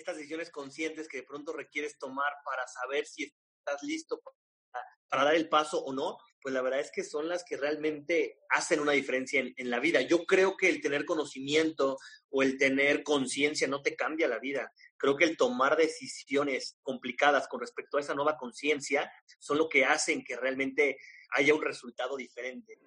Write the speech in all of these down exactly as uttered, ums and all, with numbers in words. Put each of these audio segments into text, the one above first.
estas decisiones conscientes que de pronto requieres tomar para saber si estás listo para, para dar el paso o no, pues la verdad es que son las que realmente hacen una diferencia en, en la vida. Yo creo que el tener conocimiento o el tener conciencia no te cambia la vida. Creo que el tomar decisiones complicadas con respecto a esa nueva conciencia son lo que hacen que realmente haya un resultado diferente.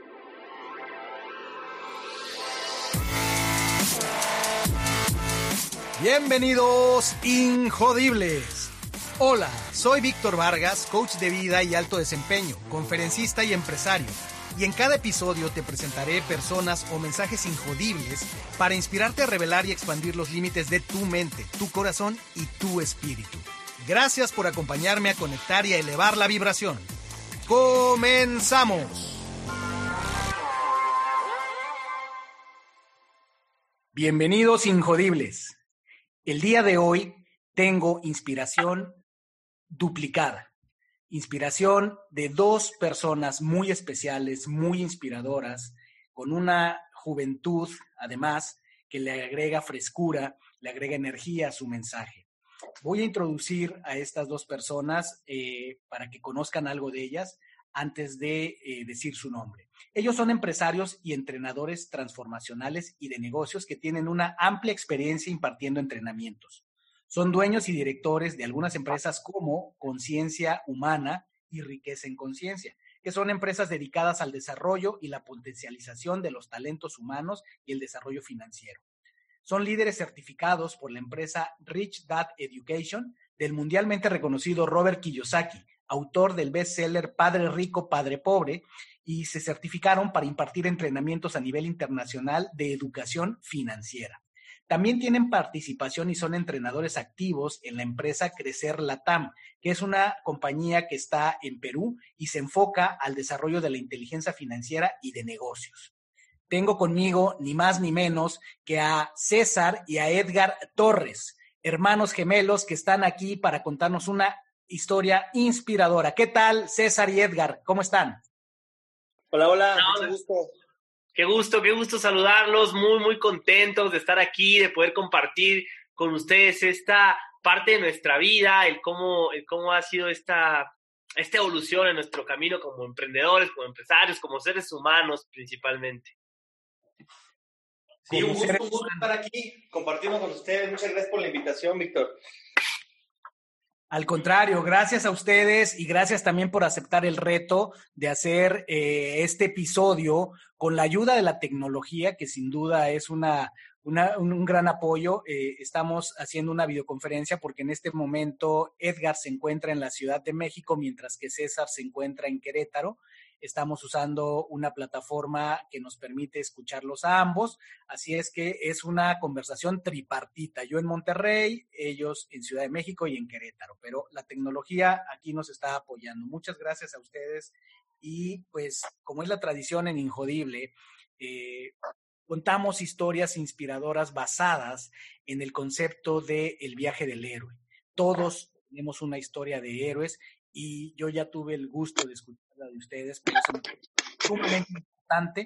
Bienvenidos, Injodibles. Hola, soy Víctor Vargas, coach de vida y alto desempeño, conferencista y empresario. Y en cada episodio te presentaré personas o mensajes injodibles para inspirarte a revelar y expandir los límites de tu mente, tu corazón y tu espíritu. Gracias por acompañarme a conectar y a elevar la vibración. ¡Comenzamos! Bienvenidos, Injodibles. El día de hoy tengo inspiración duplicada. Inspiración de dos personas muy especiales, muy inspiradoras, con una juventud, además, que le agrega frescura, le agrega energía a su mensaje. Voy a introducir a estas dos personas eh, para que conozcan algo de ellas antes de eh, decir su nombre. Ellos son empresarios y entrenadores transformacionales y de negocios que tienen una amplia experiencia impartiendo entrenamientos. Son dueños y directores de algunas empresas como Conciencia Humana y Riqueza en Conciencia, que son empresas dedicadas al desarrollo y la potencialización de los talentos humanos y el desarrollo financiero. Son líderes certificados por la empresa Rich Dad Education del mundialmente reconocido Robert Kiyosaki, autor del bestseller Padre Rico, Padre Pobre, y se certificaron para impartir entrenamientos a nivel internacional de educación financiera. También tienen participación y son entrenadores activos en la empresa Crecer Latam, que es una compañía que está en Perú y se enfoca al desarrollo de la inteligencia financiera y de negocios. Tengo conmigo ni más ni menos que a César y a Edgar Torres, hermanos gemelos que están aquí para contarnos una historia inspiradora. ¿Qué tal, César y Edgar? ¿Cómo están? Hola, hola, no, mucho gusto. Qué gusto, qué gusto saludarlos, muy, muy contentos de estar aquí, de poder compartir con ustedes esta parte de nuestra vida, el cómo, el cómo ha sido esta, esta evolución en nuestro camino como emprendedores, como empresarios, como seres humanos principalmente. Sí, un gusto, un gusto estar aquí, compartiendo con ustedes. Muchas gracias por la invitación, Víctor. Al contrario, gracias a ustedes y gracias también por aceptar el reto de hacer eh, este episodio con la ayuda de la tecnología, que sin duda es una, una, un, un gran apoyo. Eh, estamos haciendo una videoconferencia porque en este momento Edgar se encuentra en la Ciudad de México, mientras que César se encuentra en Querétaro. Estamos usando una plataforma que nos permite escucharlos a ambos, así es que es una conversación tripartita, yo en Monterrey, ellos en Ciudad de México y en Querétaro, pero la tecnología aquí nos está apoyando. Muchas gracias a ustedes y pues como es la tradición en Injodible, eh, contamos historias inspiradoras basadas en el concepto de el viaje del héroe. Todos tenemos una historia de héroes y yo ya tuve el gusto de escuchar la de ustedes, por eso es sumamente importante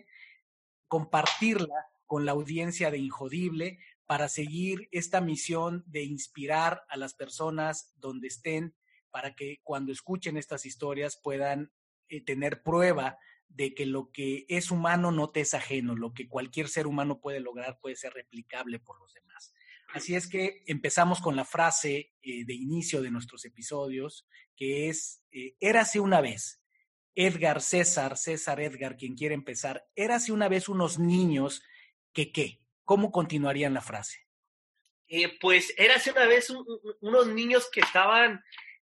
compartirla con la audiencia de Injodible para seguir esta misión de inspirar a las personas donde estén, para que cuando escuchen estas historias puedan eh, tener prueba de que lo que es humano no te es ajeno, lo que cualquier ser humano puede lograr puede ser replicable por los demás. Así es que empezamos con la frase eh, de inicio de nuestros episodios, que es, eh, érase una vez. Edgar, César, César, Edgar, quien quiere empezar, érase una vez unos niños que, ¿qué? ¿Cómo continuarían la frase? Eh, pues érase una vez un, un, unos niños que estaban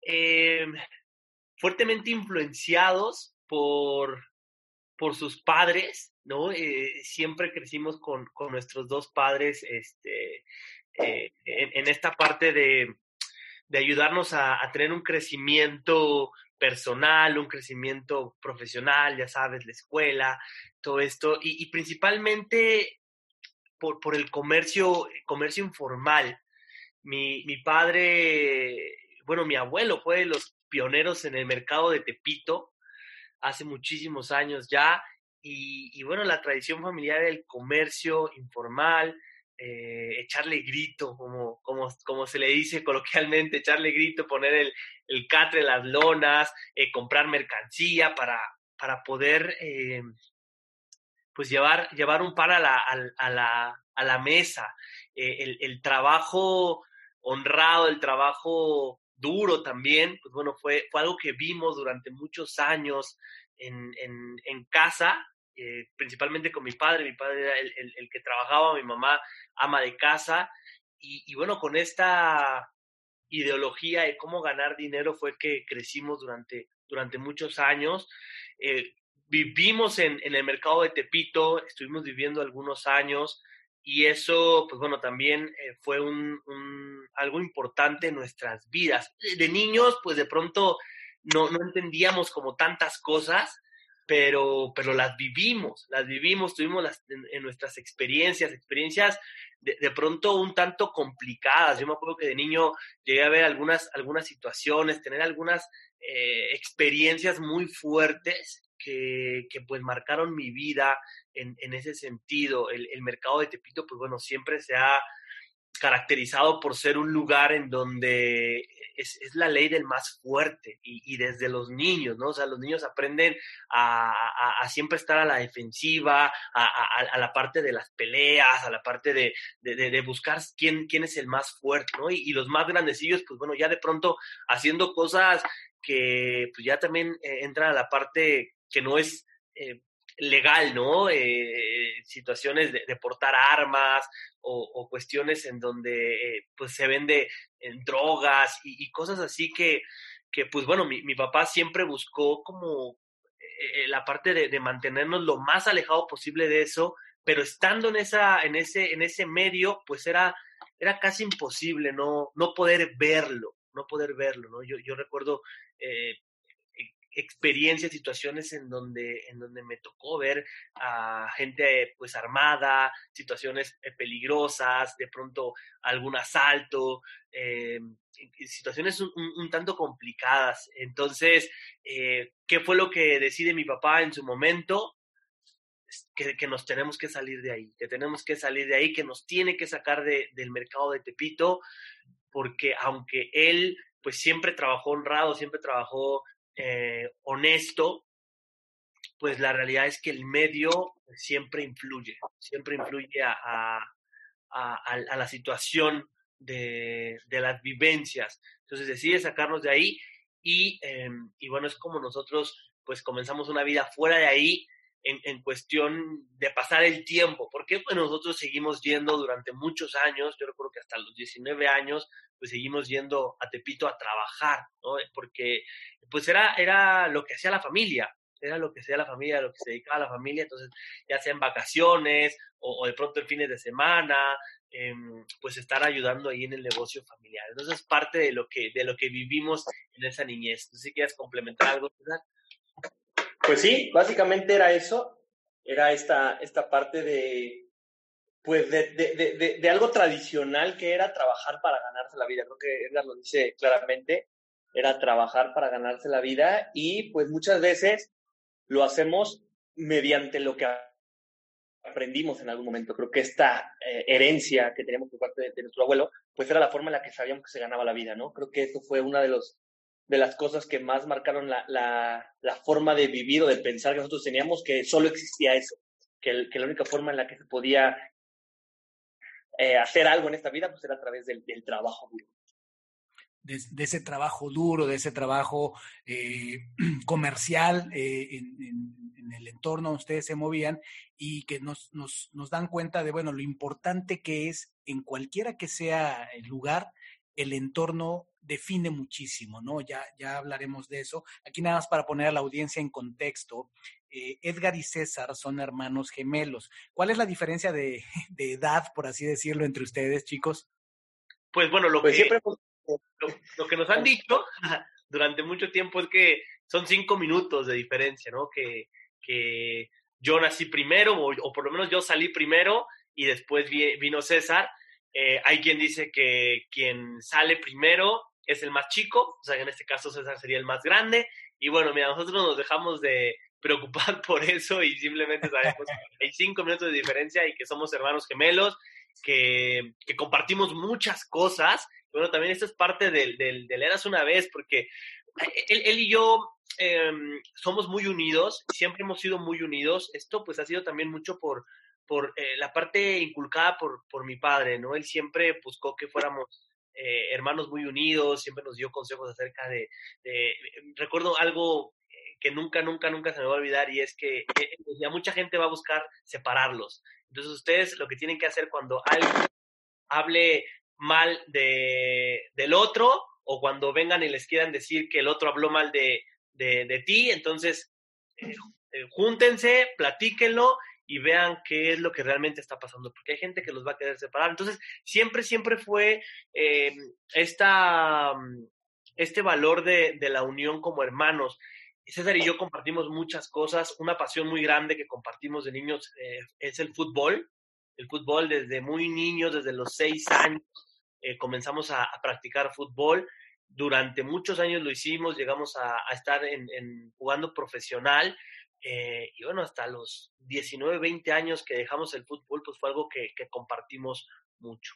eh, fuertemente influenciados por, por sus padres, ¿no? Eh, siempre crecimos con, con nuestros dos padres este, eh, en, en esta parte de, de ayudarnos a, a tener un crecimiento personal, un crecimiento profesional, ya sabes, la escuela, todo esto, y, y principalmente por, por el comercio, comercio informal. Mi, mi padre, bueno, mi abuelo fue de los pioneros en el mercado de Tepito, hace muchísimos años ya, y, y bueno, la tradición familiar del comercio informal, eh, echarle grito, como, como, como se le dice coloquialmente, echarle grito, poner el, el catre, las lonas, eh, comprar mercancía para, para poder eh, pues llevar, llevar un pan a la, a, a la, a la mesa. Eh, el, el trabajo honrado, el trabajo duro también, pues bueno, fue, fue algo que vimos durante muchos años en, en, en casa, eh, principalmente con mi padre. Mi padre era el, el, el que trabajaba, mi mamá ama de casa, y, y bueno, con esta ideología de cómo ganar dinero fue que crecimos durante, durante muchos años. Eh, vivimos en, en el mercado de Tepito, estuvimos viviendo algunos años, y eso, pues bueno, también eh, fue un, un, algo importante en nuestras vidas. De niños, pues de pronto no, no entendíamos como tantas cosas, pero, pero las vivimos, las vivimos, tuvimos las, en, en nuestras experiencias, experiencias de, de pronto un tanto complicadas. Yo me acuerdo que de niño llegué a ver algunas, algunas situaciones, tener algunas eh, experiencias muy fuertes que, que pues marcaron mi vida en, en ese sentido. El, el mercado de Tepito, pues bueno, siempre se ha caracterizado por ser un lugar en donde es, es la ley del más fuerte, y, y desde los niños, ¿no? O sea, los niños aprenden a, a, a siempre estar a la defensiva, a, a, a la parte de las peleas, a la parte de, de, de buscar quién, quién es el más fuerte, ¿no? Y, y los más grandecillos, pues bueno, ya de pronto haciendo cosas que pues ya también eh, entran a la parte que no es eh, legal, ¿no? Eh, situaciones de, de portar armas o, o cuestiones en donde eh, pues se vende en drogas y, y cosas así que, que pues bueno, mi, mi papá siempre buscó como eh, la parte de, de mantenernos lo más alejado posible de eso, pero estando en esa, en ese, en ese medio, pues era, era casi imposible no, no poder verlo, no poder verlo, ¿no? Yo, yo recuerdo eh, experiencias, situaciones en donde, en donde me tocó ver a gente pues armada, situaciones eh, peligrosas, de pronto algún asalto, eh, situaciones un, un, un tanto complicadas. Entonces, eh, ¿qué fue lo que decide mi papá en su momento? Que, que nos tenemos que salir de ahí, que tenemos que salir de ahí, que nos tiene que sacar de, del mercado de Tepito, porque aunque él pues siempre trabajó honrado, siempre trabajó Eh, honesto, pues la realidad es que el medio siempre influye, siempre influye a, a, a, a la situación de, de las vivencias. Entonces decide sacarnos de ahí y, eh, y bueno, es como nosotros pues comenzamos una vida fuera de ahí en, en cuestión de pasar el tiempo, porque pues, nosotros seguimos yendo durante muchos años. Yo recuerdo que hasta los diecinueve años pues seguimos yendo a Tepito a trabajar, ¿no? Porque pues era, era lo que hacía la familia, era lo que hacía la familia, lo que se dedicaba a la familia. Entonces ya sea en vacaciones o, o de pronto en fines de semana, eh, pues estar ayudando ahí en el negocio familiar. Entonces es parte de lo que, de lo que vivimos en esa niñez. No sé si quieres complementar algo, César. Pues sí, básicamente era eso, era esta, esta parte de, pues de, de, de, de, de algo tradicional que era trabajar para ganarse la vida. Creo que Edgar lo dice claramente, era trabajar para ganarse la vida, y pues muchas veces lo hacemos mediante lo que aprendimos en algún momento. Creo que esta eh, herencia que teníamos por parte de, de nuestro abuelo, pues era la forma en la que sabíamos que se ganaba la vida, ¿no? Creo que eso fue una de los de las cosas que más marcaron la, la, la forma de vivir o de pensar que nosotros teníamos, que solo existía eso, que, el, que la única forma en la que se podía eh, hacer algo en esta vida pues era a través del, del trabajo duro. De, de ese trabajo duro, de ese trabajo eh, comercial eh, en, en, en el entorno donde ustedes se movían, y que nos, nos, nos dan cuenta de, bueno, lo importante que es en cualquiera que sea el lugar, el entorno define muchísimo, ¿no? Ya, ya hablaremos de eso. Aquí nada más para poner a la audiencia en contexto, eh, Edgar y César son hermanos gemelos. ¿Cuál es la diferencia de, de edad, por así decirlo, entre ustedes, chicos? Pues bueno, lo, pues que, siempre... lo, lo que nos han dicho durante mucho tiempo es que son cinco minutos de diferencia, ¿no? Que, que yo nací primero, o, o por lo menos yo salí primero, y después vi, vino César. Eh, hay quien dice que quien sale primero es el más chico, o sea que en este caso César sería el más grande, y bueno, mira, nosotros nos dejamos de preocupar por eso y simplemente sabemos que hay cinco minutos de diferencia y que somos hermanos gemelos, que, que compartimos muchas cosas. Bueno, también esto es parte del, del, del Érase una vez, porque él, él y yo eh, somos muy unidos, siempre hemos sido muy unidos. Esto pues ha sido también mucho por, por eh, la parte inculcada por, por mi padre, ¿no? Él siempre buscó que fuéramos eh, hermanos muy unidos, siempre nos dio consejos acerca de, de... Recuerdo algo que nunca, nunca, nunca se me va a olvidar, y es que eh, ya mucha gente va a buscar separarlos. Entonces ustedes lo que tienen que hacer cuando alguien hable mal de, del otro, o cuando vengan y les quieran decir que el otro habló mal de, de, de ti, entonces eh, eh, júntense, platíquenlo y vean qué es lo que realmente está pasando, porque hay gente que los va a querer separar. Entonces siempre, siempre fue eh, esta, este valor de, de la unión como hermanos. César y yo compartimos muchas cosas. Una pasión muy grande que compartimos de niños eh, es el fútbol. El fútbol desde muy niños, desde los seis años, eh, comenzamos a, a practicar fútbol. Durante muchos años lo hicimos, llegamos a, a estar en, en jugando profesional. Eh, y bueno, hasta los diecinueve, veinte años que dejamos el fútbol, pues fue algo que, que compartimos mucho.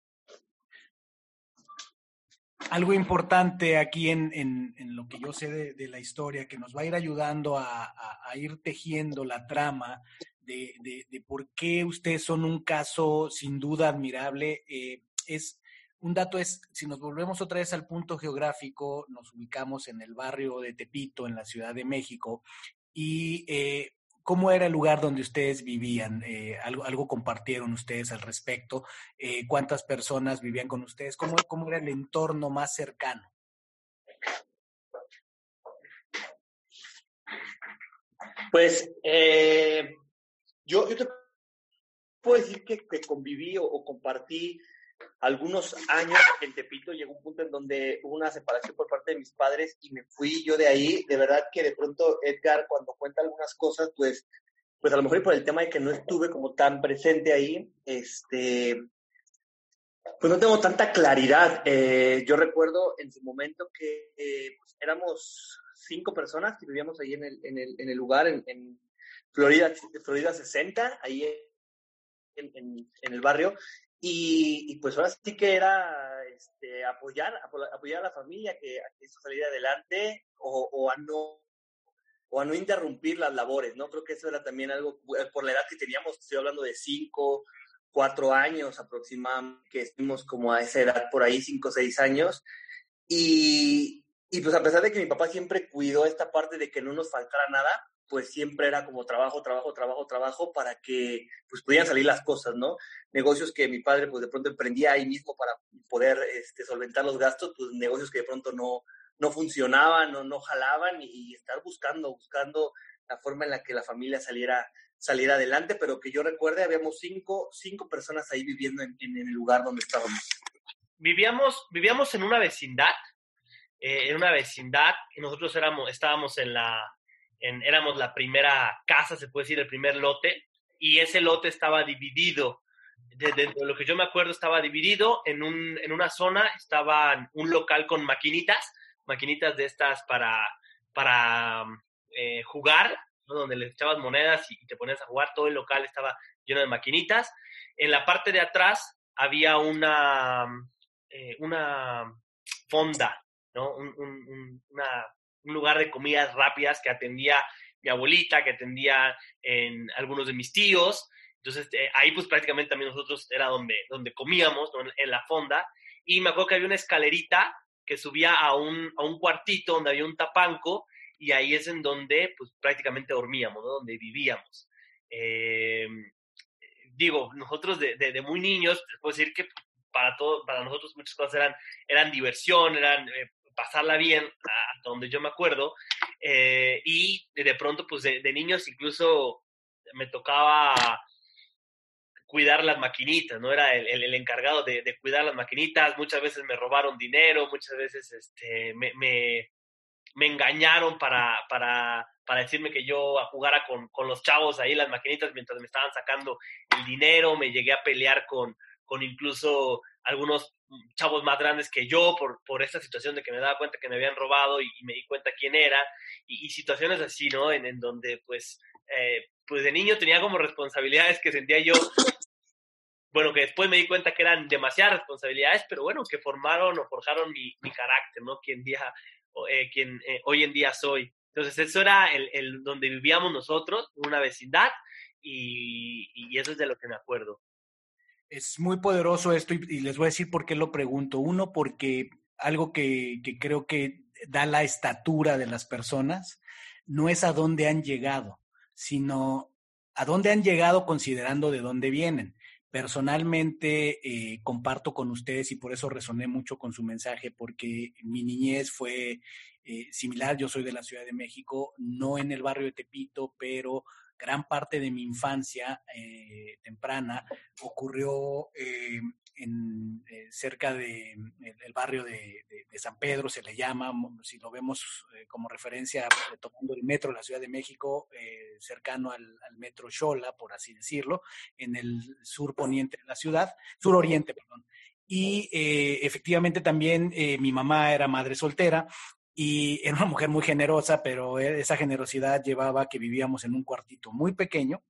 Algo importante aquí en, en, en lo que yo sé de, de la historia, que nos va a ir ayudando a, a, a ir tejiendo la trama de, de, de por qué ustedes son un caso sin duda admirable, eh, es un dato es, si nos volvemos otra vez al punto geográfico, nos ubicamos en el barrio de Tepito, en la Ciudad de México, y eh, ¿cómo era el lugar donde ustedes vivían? Eh, algo, algo compartieron ustedes al respecto. Eh, ¿Cuántas personas vivían con ustedes? ¿Cómo, cómo era el entorno más cercano? Pues eh, yo, yo te puedo decir que, que conviví o, o compartí algunos años en Tepito. Llegó un punto en donde hubo una separación por parte de mis padres y me fui yo de ahí. De verdad que de pronto Edgar, cuando cuenta algunas cosas, pues, pues a lo mejor por el tema de que no estuve como tan presente ahí, este, pues no tengo tanta claridad. Eh, yo recuerdo en su momento que eh, pues éramos cinco personas que vivíamos ahí en el, en el, en el lugar, en, en Florida, Florida sesenta, ahí en, en, en el barrio. Y, y pues ahora sí que era este, apoyar, apoyar a la familia que, a que eso saliera adelante o, o, a no, o a no interrumpir las labores, ¿no? Creo que eso era también algo, por la edad que teníamos, estoy hablando de cinco, cuatro años aproximadamente, que estuvimos como a esa edad por ahí, cinco, seis años. Y, y pues a pesar de que mi papá siempre cuidó esta parte de que no nos faltara nada, pues siempre era como trabajo, trabajo, trabajo, trabajo para que pues pudieran salir las cosas, ¿no? Negocios que mi padre pues de pronto emprendía ahí mismo para poder este, solventar los gastos, pues negocios que de pronto no, no funcionaban, no, no jalaban y, y estar buscando, buscando la forma en la que la familia saliera, saliera adelante, pero que yo recuerde habíamos cinco, cinco personas ahí viviendo en, en, en el lugar donde estábamos. Vivíamos, vivíamos en una vecindad, eh, en una vecindad, y nosotros éramos, estábamos en la, en, éramos la primera casa, se puede decir, el primer lote, y ese lote estaba dividido, desde de lo que yo me acuerdo, estaba dividido en, un, en una zona, estaba un local con maquinitas, maquinitas de estas para, para eh, jugar, ¿no? Donde le echabas monedas y te ponías a jugar, todo el local estaba lleno de maquinitas. En la parte de atrás había una, eh, una fonda, ¿no? Un, un, una, un lugar de comidas rápidas que atendía mi abuelita, que atendía en algunos de mis tíos. Entonces, eh, ahí pues prácticamente también nosotros era donde, donde comíamos, ¿no? En la fonda. Y me acuerdo que había una escalerita que subía a un, a un cuartito donde había un tapanco, y ahí es en donde pues prácticamente dormíamos, ¿no? Donde vivíamos. Eh, digo, nosotros de, de, de muy niños, puedo decir que para, todo, para nosotros muchas cosas eran, eran diversión, eran eh, pasarla bien, hasta donde yo me acuerdo. Eh, y de pronto, pues de, de niños incluso me tocaba cuidar las maquinitas, ¿no? Era el, el, el encargado de, de cuidar las maquinitas. Muchas veces me robaron dinero, muchas veces este, me, me, me engañaron para, para, para decirme que yo jugara con, con los chavos ahí las maquinitas mientras me estaban sacando el dinero. Me llegué a pelear con, con incluso algunos chavos más grandes que yo por, por esta situación de que me daba cuenta que me habían robado y, y me di cuenta quién era, y, y situaciones así, ¿no? En, en donde pues, eh, pues de niño tenía como responsabilidades que sentía yo bueno, que después me di cuenta que eran demasiadas responsabilidades, pero bueno, que formaron o forjaron mi, mi carácter, ¿no? Quien, día, eh, quien eh, hoy en día soy. Entonces, eso era el, el donde vivíamos nosotros, una vecindad, y, y eso es de lo que me acuerdo. Es muy poderoso esto y, y les voy a decir por qué lo pregunto. Uno, porque algo que, que creo que da la estatura de las personas no es a dónde han llegado, sino a dónde han llegado considerando de dónde vienen. Personalmente eh, comparto con ustedes y por eso resoné mucho con su mensaje, porque mi niñez fue eh, similar. Yo soy de la Ciudad de México, no en el barrio de Tepito, pero gran parte de mi infancia eh, temprana ocurrió eh, en, eh, cerca de el, el barrio de, de, de, San Pedro, se le llama, si lo vemos eh, como referencia, eh, tomando el metro de la Ciudad de México, eh, cercano al, al metro Xola, por así decirlo, en el sur poniente de la ciudad, sur oriente, perdón. Y eh, efectivamente también eh, mi mamá era madre soltera, y era una mujer muy generosa, pero esa generosidad llevaba a que vivíamos en un cuartito muy pequeño,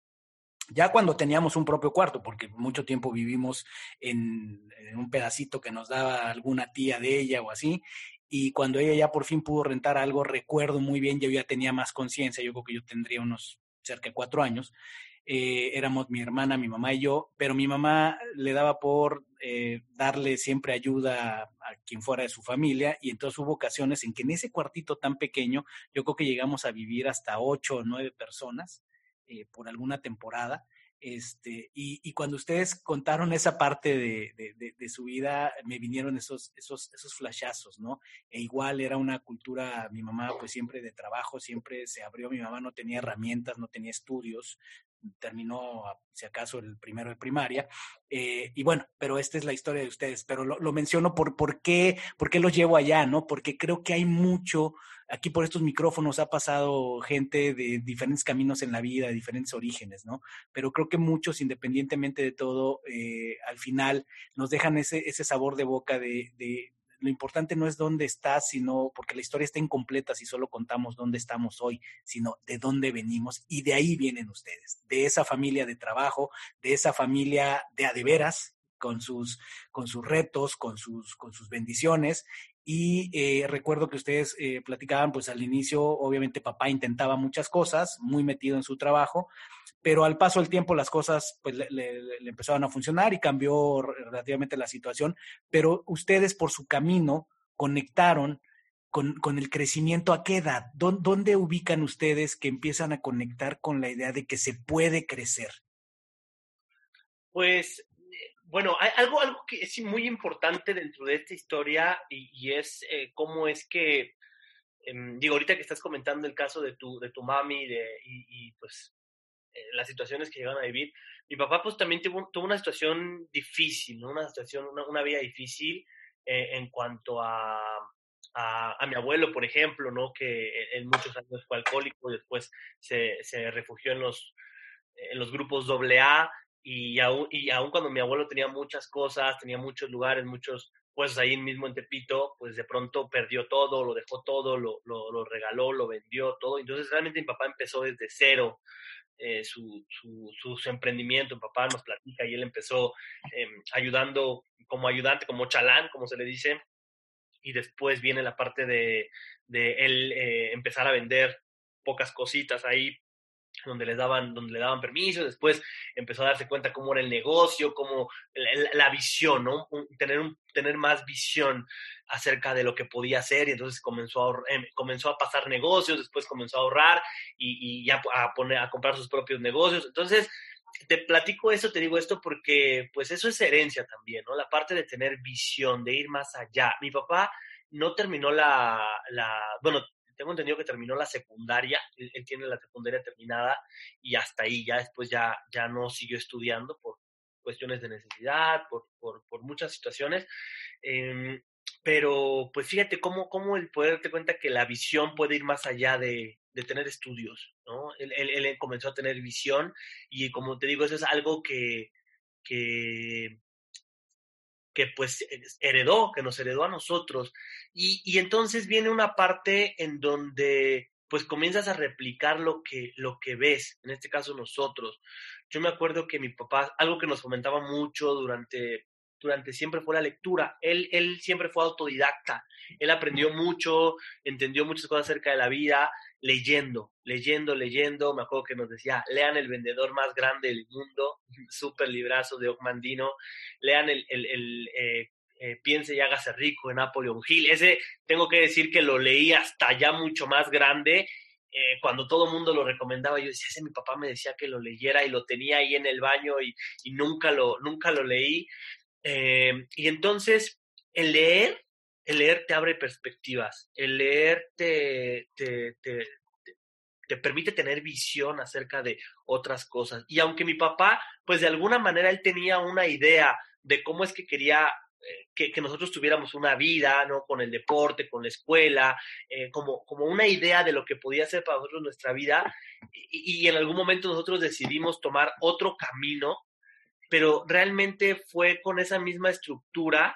ya cuando teníamos un propio cuarto, porque mucho tiempo vivimos en, en un pedacito que nos daba alguna tía de ella o así, y cuando ella ya por fin pudo rentar algo, recuerdo muy bien, yo ya tenía más conciencia, yo creo que yo tendría unos cerca de cuatro años, eh, éramos mi hermana, mi mamá y yo, pero mi mamá le daba por eh, darle siempre ayuda a, a quien fuera de su familia, y entonces hubo ocasiones en que en ese cuartito tan pequeño, yo creo que llegamos a vivir hasta ocho o nueve personas eh, por alguna temporada. Este, y, y cuando ustedes contaron esa parte de, de, de, de su vida, me vinieron esos, esos, esos flashazos, ¿no? E igual era una cultura, mi mamá pues siempre de trabajo, siempre se abrió, mi mamá no tenía herramientas, no tenía estudios, terminó, si acaso, el primero de primaria, eh, y bueno, pero esta es la historia de ustedes, pero lo, lo menciono por, por, qué, por qué los llevo allá, ¿no? Porque creo que hay mucho, aquí por estos micrófonos ha pasado gente de diferentes caminos en la vida, de diferentes orígenes, ¿no? Pero creo que muchos, independientemente de todo, eh, al final nos dejan ese, ese sabor de boca de, de lo importante no es dónde estás, sino porque la historia está incompleta si solo contamos dónde estamos hoy, sino de dónde venimos, y de ahí vienen ustedes, de esa familia de trabajo, de esa familia de a de veras, con sus, con sus retos, con sus, con sus bendiciones. Y eh, recuerdo que ustedes eh, platicaban, pues al inicio, obviamente papá intentaba muchas cosas, muy metido en su trabajo, pero al paso del tiempo las cosas pues le, le, le empezaron a funcionar y cambió relativamente la situación, pero ustedes por su camino conectaron con, con el crecimiento. ¿A qué edad? ¿Dó, ¿Dónde ubican ustedes que empiezan a conectar con la idea de que se puede crecer? Pues, bueno, hay algo, algo que es muy importante dentro de esta historia y, y es eh, cómo es que, eh, digo, ahorita que estás comentando el caso de tu, de tu mami de, y, y pues eh, las situaciones que llegaron a vivir. Mi papá pues también tuvo, tuvo una situación difícil, ¿no? Una situación, una, una vida difícil eh, en cuanto a, a, a mi abuelo, por ejemplo, ¿no? Que en muchos años fue alcohólico y después se, se refugió en los, en los grupos doble A, y aún, y aún cuando mi abuelo tenía muchas cosas, tenía muchos lugares, muchos puestos ahí mismo en Tepito, pues de pronto perdió todo, lo dejó todo, lo, lo, lo regaló, lo vendió todo. Entonces realmente mi papá empezó desde cero. Eh, su, su, su emprendimiento. Mi papá nos platica y él empezó eh, ayudando como ayudante, como chalán, como se le dice, y después viene la parte de, de él eh, empezar a vender pocas cositas ahí donde les daban, donde le daban permiso. Después empezó a darse cuenta cómo era el negocio, cómo la, la visión, ¿no? Un, tener, un, tener más visión acerca de lo que podía hacer, y entonces comenzó a, ahorrar, eh, comenzó a pasar negocios, después comenzó a ahorrar y, y ya a, poner, a comprar sus propios negocios. Entonces, te platico esto, te digo esto porque pues eso es herencia también, ¿no? La parte de tener visión, de ir más allá. Mi papá no terminó la, la bueno, tengo entendido que terminó la secundaria, él, él tiene la secundaria terminada y hasta ahí, ya después ya, ya no siguió estudiando por cuestiones de necesidad, por, por, por muchas situaciones, eh, pero pues fíjate cómo, cómo el poder darte cuenta que la visión puede ir más allá de, de tener estudios, ¿no? Él, él, él comenzó a tener visión y como te digo, eso es algo que, que que pues heredó, que nos heredó a nosotros. Y, y entonces viene una parte en donde pues comienzas a replicar lo que, lo que ves, en este caso nosotros. yo me acuerdo que mi papá, algo que nos fomentaba mucho durante, durante siempre fue la lectura. Él, él siempre fue autodidacta. Él aprendió mucho, entendió muchas cosas acerca de la vida, leyendo, leyendo, leyendo. Me acuerdo que nos decía, lean El vendedor más grande del mundo, súper librazo de Ogmandino, lean el, el, el eh, eh, Piense y hágase rico de Napoleon Hill. Ese tengo que decir que lo leí hasta ya mucho más grande, eh, cuando todo el mundo lo recomendaba. Yo decía, ese mi papá me decía que lo leyera y lo tenía ahí en el baño y, y nunca, lo, nunca lo leí. Eh, y entonces, el leer, el leer te abre perspectivas, el leer te, te, te, te, te permite tener visión acerca de otras cosas. Y aunque mi papá, pues de alguna manera él tenía una idea de cómo es que quería eh, que, que nosotros tuviéramos una vida, ¿no? Con el deporte, con la escuela, eh, como, como una idea de lo que podía ser para nosotros nuestra vida, y, y en algún momento nosotros decidimos tomar otro camino, pero realmente fue con esa misma estructura,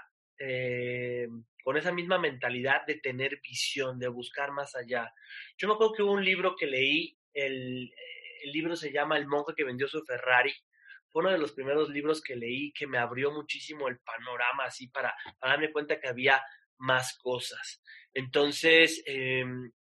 eh, con esa misma mentalidad de tener visión, de buscar más allá. Yo me acuerdo que hubo un libro que leí, el, el libro se llama El monje que vendió su Ferrari. Fue uno de los primeros libros que leí que me abrió muchísimo el panorama, así para, para darme cuenta que había más cosas. Entonces, eh,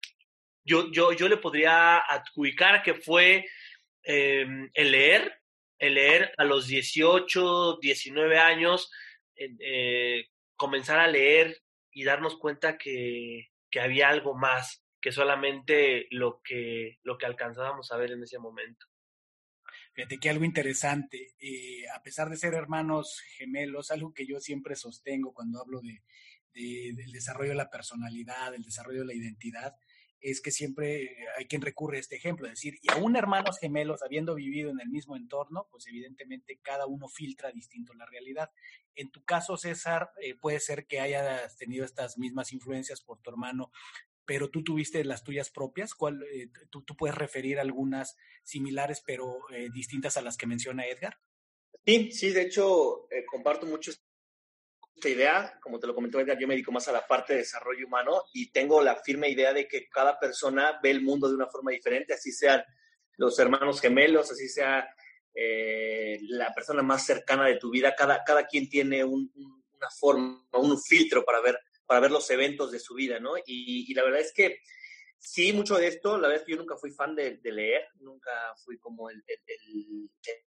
yo, yo, yo le podría adjudicar que fue eh, el leer, el leer a los dieciocho, diecinueve años, eh, eh, comenzar a leer y darnos cuenta que, que había algo más que solamente lo que, lo que alcanzábamos a ver en ese momento. Fíjate que algo interesante, eh, a pesar de ser hermanos gemelos, algo que yo siempre sostengo cuando hablo de, de, del desarrollo de la personalidad, del desarrollo de la identidad, es que siempre hay quien recurre a este ejemplo, es decir, y aún hermanos gemelos, habiendo vivido en el mismo entorno, pues evidentemente cada uno filtra distinto la realidad. En tu caso, César, eh, puede ser que hayas tenido estas mismas influencias por tu hermano, pero tú tuviste las tuyas propias. ¿Cuál, eh, tú, tú puedes referir algunas similares, pero eh, distintas a las que menciona Edgar? Sí, sí, de hecho, eh, comparto mucho esta idea. Como te lo comentó Edgar, yo me dedico más a la parte de desarrollo humano y tengo la firme idea de que cada persona ve el mundo de una forma diferente, así sean los hermanos gemelos, así sea eh, la persona más cercana de tu vida. Cada, cada quien tiene un, un, una forma, un filtro para ver para ver los eventos de su vida, ¿no? Y, y la verdad es que sí, mucho de esto, la verdad es que yo nunca fui fan de, de leer, nunca fui como el, el, el,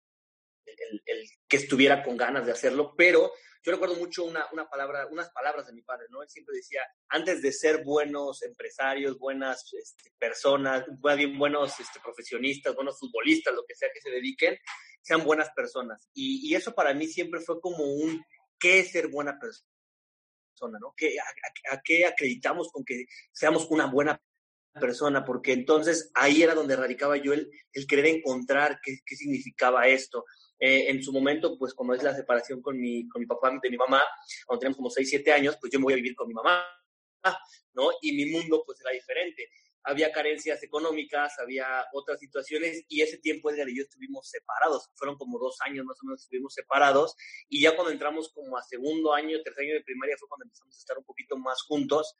el, el que estuviera con ganas de hacerlo, pero yo recuerdo mucho una, una palabra, unas palabras de mi padre, ¿no? Él siempre decía, antes de ser buenos empresarios, buenas este, personas, buenos este, profesionistas, buenos futbolistas, lo que sea que se dediquen, sean buenas personas. Y, y eso para mí siempre fue como un, ¿qué es ser buena persona? Persona, ¿no? ¿Qué, a, a, ¿A qué acreditamos con que seamos una buena persona? Porque entonces ahí era donde radicaba yo el, el querer encontrar qué, qué significaba esto. Eh, en su momento, pues como es la separación con mi, con mi papá, de mi mamá, cuando teníamos como seis, siete años, pues yo me voy a vivir con mi mamá, ¿no? Y mi mundo pues era diferente. Había carencias económicas, había otras situaciones, y ese tiempo Edgar y yo estuvimos separados, fueron como dos años más o menos, estuvimos separados, y ya cuando entramos como a segundo año, tercer año de primaria fue cuando empezamos a estar un poquito más juntos,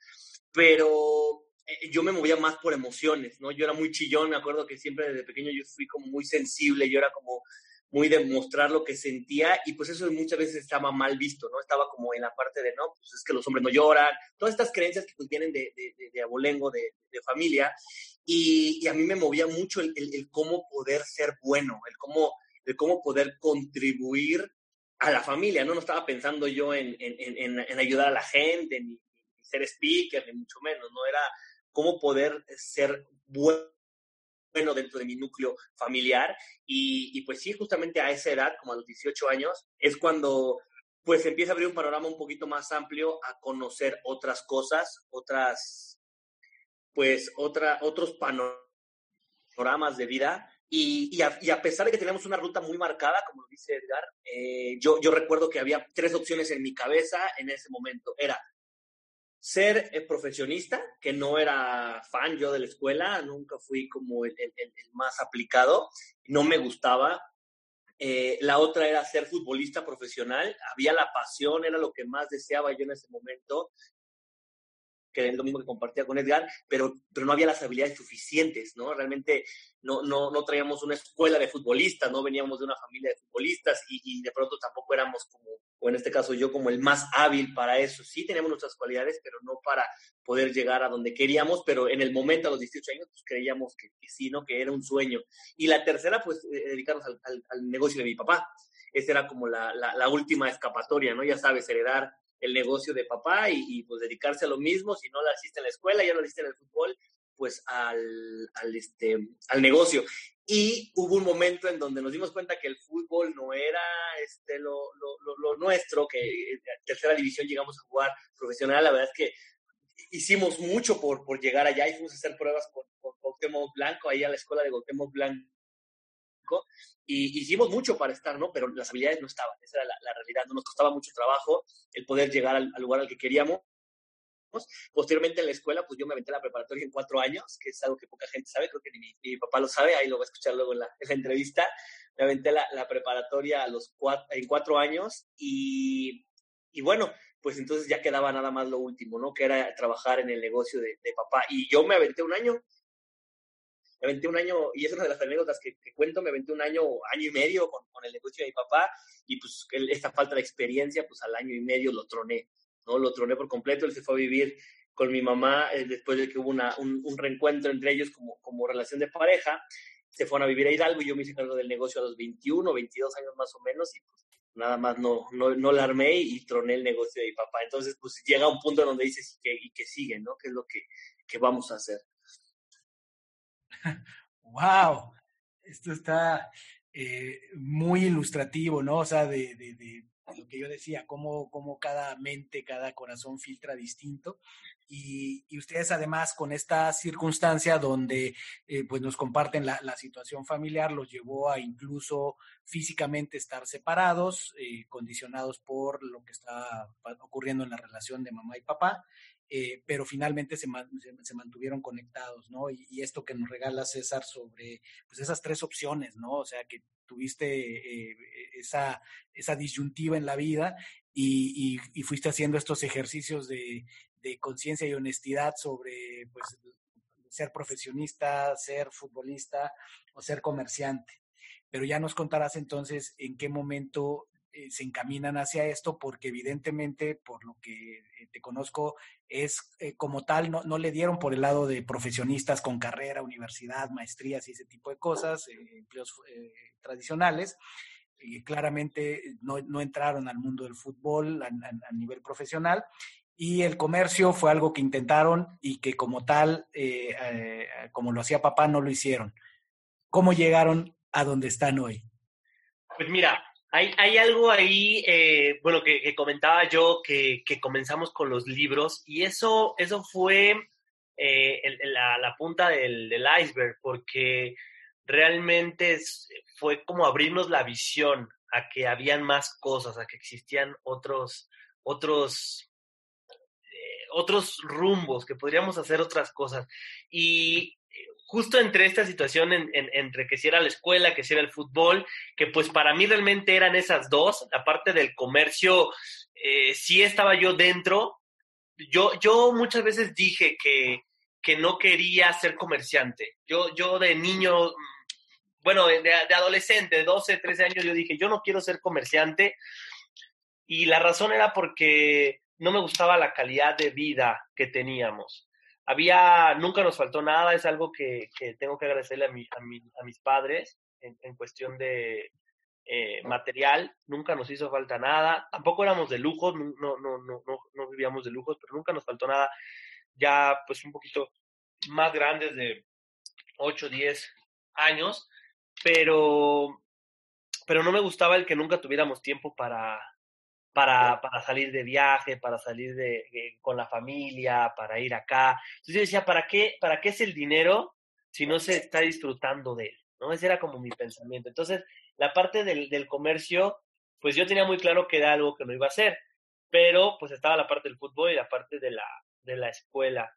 pero eh, yo me movía más por emociones, ¿no? Yo era muy chillón, me acuerdo que siempre desde pequeño yo fui como muy sensible, yo era como muy de mostrar lo que sentía, y pues eso muchas veces estaba mal visto, ¿no? Estaba como en la parte de, no, pues es que los hombres no lloran, todas estas creencias que pues vienen de, de, de, de abolengo, de, de familia, y, y a mí me movía mucho el, el, el cómo poder ser bueno, el cómo, el cómo poder contribuir a la familia, ¿no? No estaba pensando yo en, en, en, en ayudar a la gente, ni, ni ser speaker, ni mucho menos, ¿no? Era cómo poder ser bueno bueno dentro de mi núcleo familiar, y, y pues sí, justamente a esa edad, como a los dieciocho años, es cuando pues empieza a abrir un panorama un poquito más amplio a conocer otras cosas, otras, pues otra, otros panoramas de vida, y, y, a, y a pesar de que teníamos una ruta muy marcada, como lo dice Edgar, eh, yo, yo recuerdo que había tres opciones en mi cabeza en ese momento. Era ser eh, profesionista, que no era fan yo de la escuela, nunca fui como el, el, el más aplicado, no me gustaba. Eh, la otra era ser futbolista profesional, había la pasión, era lo que más deseaba yo en ese momento, que es lo mismo que compartía con Edgar, pero, pero no había las habilidades suficientes, ¿no? Realmente no, no, no traíamos una escuela de futbolistas, no veníamos de una familia de futbolistas y, y de pronto tampoco éramos como, o en este caso yo, como el más hábil para eso. Sí teníamos nuestras cualidades, pero no para poder llegar a donde queríamos, pero en el momento, a los dieciocho años, pues creíamos que, que sí, ¿no? Que era un sueño. Y la tercera, pues, eh, dedicarnos al, al, al negocio de mi papá. Esa era como la, la, la última escapatoria, ¿no? Ya sabes, heredar el negocio de papá y, y pues dedicarse a lo mismo. Si no lo hiciste en la escuela, ya lo hiciste en el fútbol, pues al, al, este, al negocio. Y hubo un momento en donde nos dimos cuenta que el fútbol no era este, lo, lo, lo, lo nuestro, que en tercera división llegamos a jugar profesional. La verdad es que hicimos mucho por, por llegar allá y fuimos a hacer pruebas con, con Cuauhtémoc Blanco, ahí a la escuela de Cuauhtémoc Blanco. Y hicimos mucho para estar, ¿no? Pero las habilidades no estaban, esa era la, la realidad, no nos costaba mucho trabajo el poder llegar al, al lugar al que queríamos. Posteriormente en la escuela, pues yo me aventé la preparatoria en cuatro años, que es algo que poca gente sabe, creo que ni mi, ni mi papá lo sabe, ahí lo va a escuchar luego en la, en la entrevista. Me aventé la, la preparatoria a los cuatro, en cuatro años y, y bueno, pues entonces ya quedaba nada más lo último, ¿no? Que era trabajar en el negocio de, de papá. Y yo me aventé un año, me aventé un año, y es una de las anécdotas que, que cuento, me aventé un año, año y medio con, con el negocio de mi papá, y pues el, esta falta de experiencia, pues al año y medio lo troné, ¿no? Lo troné por completo. Él se fue a vivir con mi mamá eh, después de que hubo una, un, un reencuentro entre ellos como, como relación de pareja. Se fueron a vivir a Hidalgo y yo me hice cargo del negocio a los veintiuno, veintidós años más o menos, y pues nada más no, no, no la armé y troné el negocio de mi papá. Entonces, pues llega un punto donde dices, ¿y que, y que sigue, ¿no? ¿Qué es lo que, que vamos a hacer? ¡Wow! Esto está eh, muy ilustrativo, ¿no? O sea, de, de, de lo que yo decía, cómo, cómo cada mente, cada corazón filtra distinto. Y, y ustedes además con esta circunstancia donde eh, pues nos comparten la, la situación familiar, los llevó a incluso físicamente estar separados, eh, condicionados por lo que está ocurriendo en la relación de mamá y papá. Eh, pero finalmente se, man, se, se, mantuvieron conectados, ¿no? Y, y, esto que nos regala César sobre pues esas tres opciones, ¿no? O sea, que tuviste eh, esa, esa disyuntiva en la vida y, y, y fuiste haciendo estos ejercicios de, de conciencia y honestidad sobre pues ser profesionista, ser futbolista o ser comerciante. Pero ya nos contarás entonces en qué momento eh, se encaminan hacia esto, porque evidentemente, por lo que eh, te conozco, es eh, como tal, no, no le dieron por el lado de profesionistas con carrera, universidad, maestrías y ese tipo de cosas, eh, empleos eh, tradicionales. Eh, claramente no, no entraron al mundo del fútbol a, a, a nivel profesional. Y el comercio fue algo que intentaron y que como tal, eh, eh, como lo hacía papá, no lo hicieron. ¿Cómo llegaron a donde están hoy? Pues mira, hay, hay algo ahí, eh, bueno, que, que comentaba yo, que, que comenzamos con los libros y eso, eso fue eh, el, la, la punta del, del iceberg, porque realmente es, fue como abrirnos la visión a que habían más cosas, a que existían otros, otros, eh, otros rumbos, que podríamos hacer otras cosas. Y justo entre esta situación, en, en, entre que si era la escuela, que si era el fútbol, que pues para mí realmente eran esas dos, la parte del comercio, eh, sí estaba yo dentro. Yo, yo muchas veces dije que, que no quería ser comerciante. Yo, yo de niño, bueno, de, de adolescente, de doce, trece años, yo dije, yo no quiero ser comerciante. Y la razón era porque no me gustaba la calidad de vida que teníamos. Había, nunca nos faltó nada, es algo que, que tengo que agradecerle a, mi, a, mi, a mis padres en, en cuestión de eh, material, nunca nos hizo falta nada, tampoco éramos de lujos, no, no, no, no, no vivíamos de lujos, pero nunca nos faltó nada, ya pues un poquito más grandes de ocho, diez años, pero, pero no me gustaba el que nunca tuviéramos tiempo para Para, para salir de viaje, para salir de, de, con la familia, para ir acá. Entonces yo decía, ¿para qué, ¿para qué es el dinero si no se está disfrutando de él? ¿No? Ese era como mi pensamiento. Entonces, la parte del, del comercio, pues yo tenía muy claro que era algo que no iba a hacer, pero pues estaba la parte del fútbol y la parte de la, de la escuela.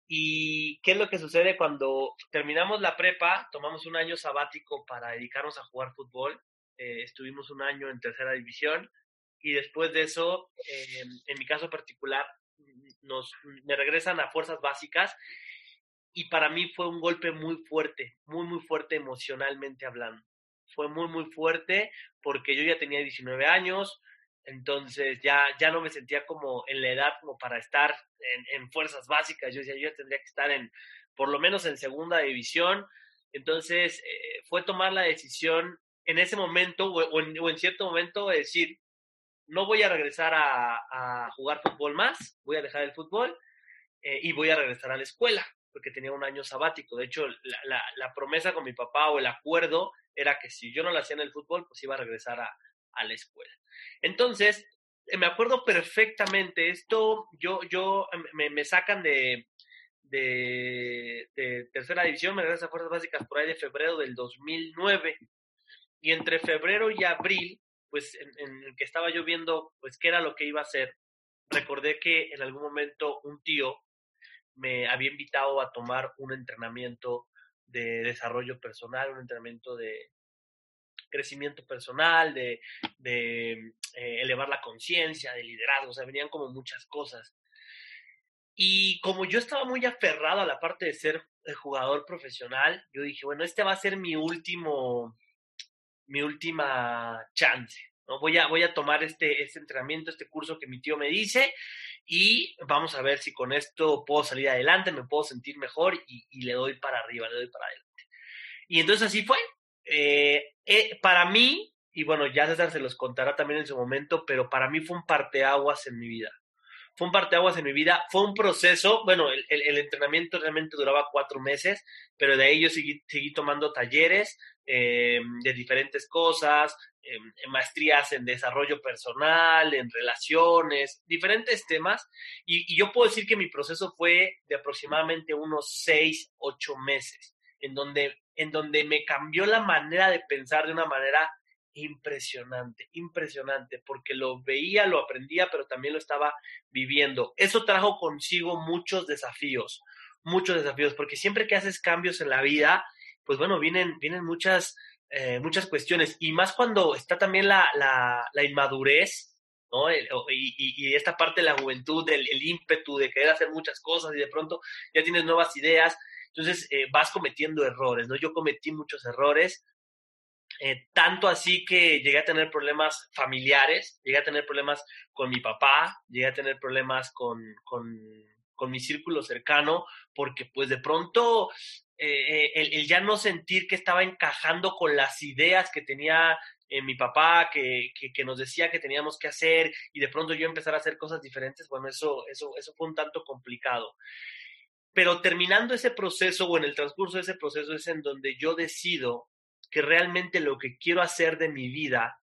¿Y qué es lo que sucede cuando terminamos la prepa? Tomamos un año sabático para dedicarnos a jugar fútbol. Eh, estuvimos un año en tercera división. Y después de eso, eh, en mi caso particular, nos, me regresan a fuerzas básicas y para mí fue un golpe muy fuerte, muy, muy fuerte emocionalmente hablando. Fue muy, muy fuerte porque yo ya tenía diecinueve años, entonces ya, ya no me sentía como en la edad como para estar en, en fuerzas básicas. Yo decía, yo ya tendría que estar en, por lo menos en segunda división. Entonces eh, fue tomar la decisión en ese momento o, o, en, o en cierto momento de decir, no voy a regresar a, a jugar fútbol más, voy a dejar el fútbol eh, y voy a regresar a la escuela, porque tenía un año sabático. De hecho, la, la, la promesa con mi papá o el acuerdo era que si yo no lo hacía en el fútbol, pues iba a regresar a, a la escuela. Entonces, eh, me acuerdo perfectamente esto, yo, yo me, me sacan de, de, de tercera división, me regresan a fuerzas básicas por ahí de febrero del dos mil nueve, y entre febrero y abril, pues en, en el que estaba yo viendo pues qué era lo que iba a hacer, recordé que en algún momento un tío me había invitado a tomar un entrenamiento de desarrollo personal, un entrenamiento de crecimiento personal, de, de eh, elevar la conciencia, de liderazgo, o sea, venían como muchas cosas. Y como yo estaba muy aferrado a la parte de ser jugador profesional, yo dije, bueno, este va a ser mi último, mi última chance, ¿no? Voy a, voy a tomar este, este entrenamiento, este curso que mi tío me dice y vamos a ver si con esto puedo salir adelante, me puedo sentir mejor y, y le doy para arriba, le doy para adelante. Y entonces así fue. Eh, eh, para mí, y bueno, ya César se los contará también en su momento, pero para mí fue un parteaguas en mi vida. Fue un parteaguas en mi vida, fue un proceso, bueno, el, el, el entrenamiento realmente duraba cuatro meses, pero de ahí yo seguí, seguí tomando talleres eh, de diferentes cosas, eh, maestrías en desarrollo personal, en relaciones, diferentes temas, y, y yo puedo decir que mi proceso fue de aproximadamente unos seis, ocho meses, en donde, en donde me cambió la manera de pensar de una manera impresionante, impresionante, porque lo veía, lo aprendía, pero también lo estaba viviendo. Eso trajo consigo muchos desafíos, muchos desafíos, porque siempre que haces cambios en la vida, pues bueno, vienen, vienen muchas, eh, muchas cuestiones, y más cuando está también la, la, la inmadurez, ¿no? El, y, y, y esta parte de la juventud, el, el ímpetu de querer hacer muchas cosas y de pronto ya tienes nuevas ideas, entonces eh, vas cometiendo errores, ¿no? Yo cometí muchos errores, Eh, tanto así que llegué a tener problemas familiares, llegué a tener problemas con mi papá, llegué a tener problemas con, con, con mi círculo cercano, porque pues de pronto eh, el, el ya no sentir que estaba encajando con las ideas que tenía eh, mi papá, que, que, que nos decía que teníamos que hacer, y de pronto yo empezar a hacer cosas diferentes, bueno, eso, eso, eso fue un tanto complicado. Pero terminando ese proceso o en el transcurso de ese proceso es en donde yo decido que realmente lo que quiero hacer de mi vida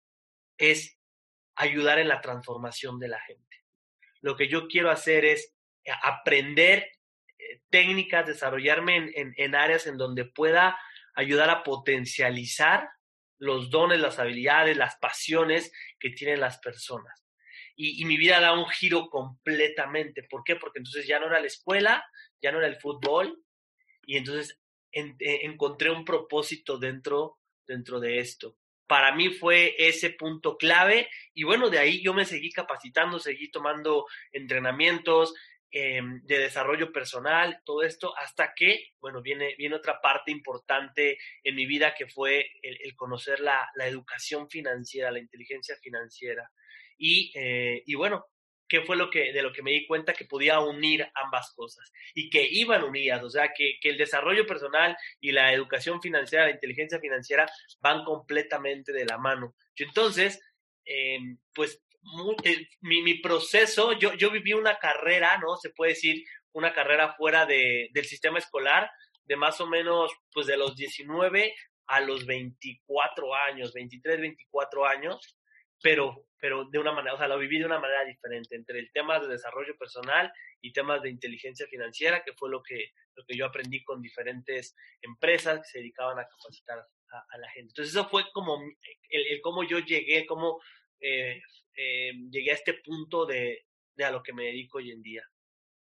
es ayudar en la transformación de la gente. Lo que yo quiero hacer es aprender eh, técnicas, desarrollarme en, en, en áreas en donde pueda ayudar a potencializar los dones, las habilidades, las pasiones que tienen las personas. Y, y mi vida da un giro completamente. ¿Por qué? Porque entonces ya no era la escuela, ya no era el fútbol, y entonces en, en, encontré un propósito dentro, dentro de esto. Para mí fue ese punto clave, y bueno, de ahí yo me seguí capacitando, seguí tomando entrenamientos eh, de desarrollo personal, todo esto, hasta que, bueno, viene, viene otra parte importante en mi vida, que fue el, el conocer la, la educación financiera, la inteligencia financiera. Y, eh, y bueno, ¿qué fue lo que, de lo que me di cuenta? Que podía unir ambas cosas y que iban unidas, o sea, que, que el desarrollo personal y la educación financiera, la inteligencia financiera van completamente de la mano. Yo entonces, eh, pues, muy, eh, mi, mi proceso, yo, yo viví una carrera, ¿no? Se puede decir, una carrera fuera de, del sistema escolar, de más o menos, pues, de los diecinueve a los veinticuatro años, veintitrés, veinticuatro años, pero, pero de una manera, o sea, lo viví de una manera diferente, entre el tema de desarrollo personal y temas de inteligencia financiera, que fue lo que, lo que yo aprendí con diferentes empresas que se dedicaban a capacitar a, a la gente. Entonces eso fue como el, el cómo yo llegué, cómo eh, eh, llegué a este punto de, de a lo que me dedico hoy en día.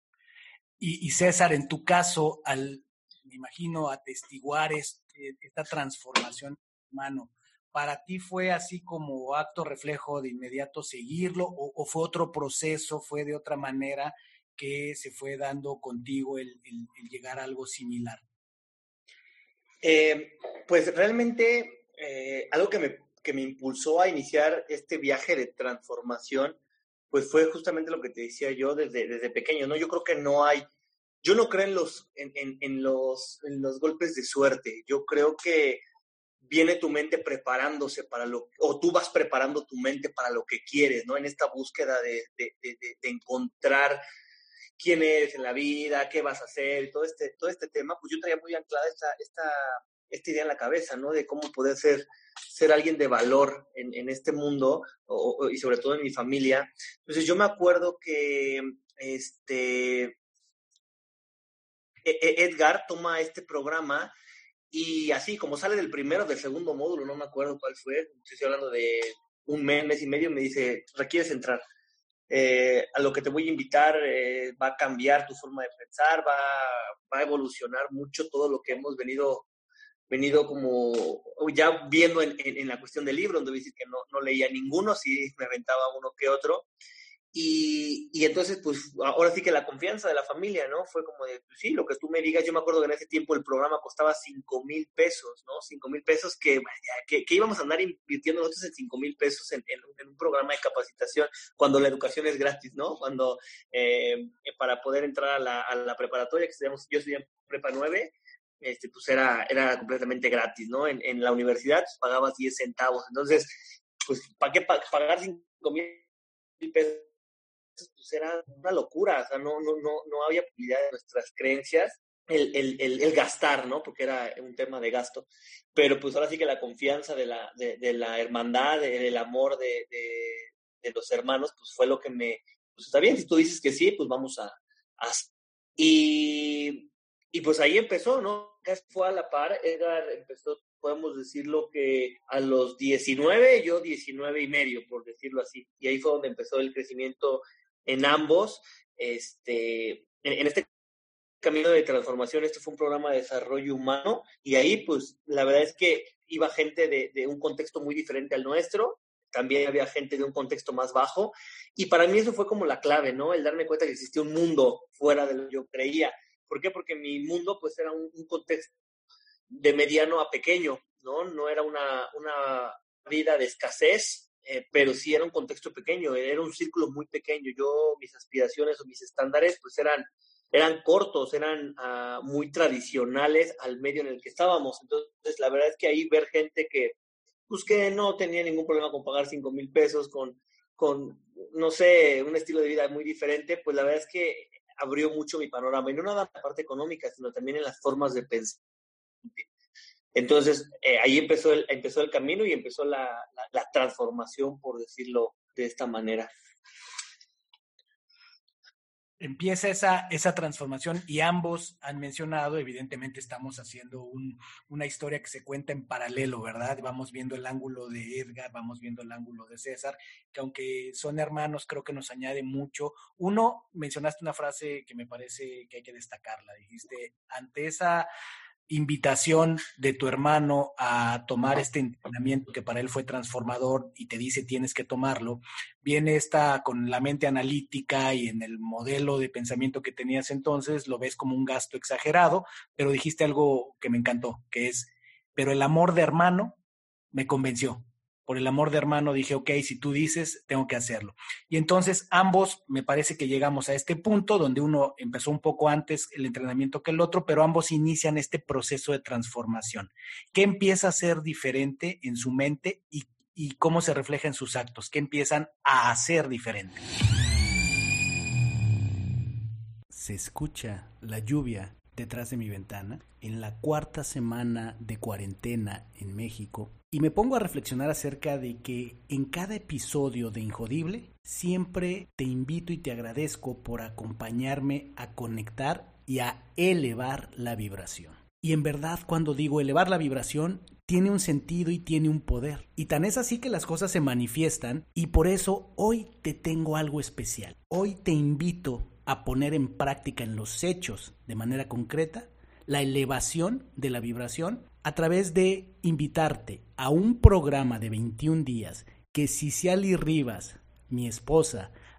Y, y César, en tu caso, al, me imagino, atestiguar este, esta transformación humano, ¿para ti fue así como acto reflejo de inmediato seguirlo o, o fue otro proceso, fue de otra manera que se fue dando contigo el, el, el llegar a algo similar? Eh, pues realmente eh, algo que me, que me impulsó a iniciar este viaje de transformación, pues fue justamente lo que te decía yo desde, desde pequeño, ¿no? Yo creo que no hay, yo no creo en los, en, en, en los, en los golpes de suerte. Yo creo que viene tu mente preparándose para lo, o tú vas preparando tu mente para lo que quieres, ¿no? En esta búsqueda de, de, de, de encontrar quién eres en la vida, qué vas a hacer, todo este, todo este tema, pues yo traía muy anclada esta, esta, esta idea en la cabeza, ¿no? De cómo poder ser, ser alguien de valor en, en este mundo, o, o, y sobre todo en mi familia. Entonces yo me acuerdo que este, Edgar toma este programa. Y así, como sale del primero, del segundo módulo, no me acuerdo cuál fue, estoy hablando de un mes, mes y medio, me dice, requieres entrar. Eh, a lo que te voy a invitar eh, va a cambiar tu forma de pensar, va, va a evolucionar mucho todo lo que hemos venido, venido como ya viendo en, en, en la cuestión del libro, donde dices que no, no leía ninguno, sí me aventaba uno que otro. Y, y entonces, pues, ahora sí que la confianza de la familia, ¿no? Fue como de, pues sí, lo que tú me digas. Yo me acuerdo que en ese tiempo el programa costaba cinco mil pesos, ¿no? Cinco mil pesos que, vaya, que, que íbamos a andar invirtiendo nosotros en cinco mil pesos en, en, en un programa de capacitación cuando la educación es gratis, ¿no? Cuando, eh, para poder entrar a la, a la preparatoria, que estudiamos, yo estudié en Prepa nueve, este, pues era, era completamente gratis, ¿no? En, en la universidad pues, pagabas diez centavos. Entonces, pues, ¿para qué pagar cinco mil pesos? Pues era una locura, o sea, no, no, no, no había posibilidad de nuestras creencias el, el, el, el gastar, ¿no? Porque era un tema de gasto, pero pues ahora sí que la confianza de la, de, de la hermandad, de, del amor de, de, de los hermanos, pues fue lo que me, pues está bien, si tú dices que sí, pues vamos a, a y, y pues ahí empezó, ¿no? Fue a la par, Edgar empezó, podemos decirlo que a los diecinueve, yo diecinueve y medio, por decirlo así, y ahí fue donde empezó el crecimiento en ambos, este, en, en este camino de transformación. Este fue un programa de desarrollo humano, y ahí pues la verdad es que iba gente de, de un contexto muy diferente al nuestro, también había gente de un contexto más bajo, y para mí eso fue como la clave, ¿no? El darme cuenta que existía un mundo fuera de lo que yo creía. ¿Por qué? Porque mi mundo pues era un, un contexto de mediano a pequeño, ¿no? No era una, una vida de escasez, Eh, pero sí era un contexto pequeño, era un círculo muy pequeño. Yo, mis aspiraciones o mis estándares, pues eran, eran cortos, eran uh, muy tradicionales al medio en el que estábamos. Entonces, la verdad es que ahí ver gente que, pues que no tenía ningún problema con pagar cinco mil pesos, con, con, no sé, un estilo de vida muy diferente, pues la verdad es que abrió mucho mi panorama, y no nada en la parte económica, sino también en las formas de pensar. Entonces, eh, ahí empezó el, empezó el camino y empezó la, la, la transformación, por decirlo de esta manera. Empieza esa, esa transformación, y ambos han mencionado, evidentemente estamos haciendo un, una historia que se cuenta en paralelo, ¿verdad? Vamos viendo el ángulo de Edgar, vamos viendo el ángulo de César, que aunque son hermanos, creo que nos añade mucho. Uno, mencionaste una frase que me parece que hay que destacarla. Dijiste, ante esa invitación de tu hermano a tomar este entrenamiento que para él fue transformador y te dice tienes que tomarlo, viene esta con la mente analítica, y en el modelo de pensamiento que tenías entonces lo ves como un gasto exagerado, pero dijiste algo que me encantó, que es, pero el amor de hermano me convenció. Por el amor de hermano dije, ok, si tú dices, tengo que hacerlo. Y entonces ambos, me parece que llegamos a este punto donde uno empezó un poco antes el entrenamiento que el otro, pero ambos inician este proceso de transformación. ¿Qué empieza a ser diferente en su mente y, y cómo se refleja en sus actos? ¿Qué empiezan a hacer diferente? Se escucha la lluvia detrás de mi ventana en la cuarta semana de cuarentena en México, y me pongo a reflexionar acerca de que en cada episodio de Injodible siempre te invito y te agradezco por acompañarme a conectar y a elevar la vibración. Y en verdad, cuando digo elevar la vibración, tiene un sentido y tiene un poder. Y tan es así que las cosas se manifiestan, y por eso hoy te tengo algo especial. Hoy te invito a poner en práctica en los hechos, de manera concreta, la elevación de la vibración a través de invitarte a un programa de veintiún días que Ciciali Rivas, mi esposa,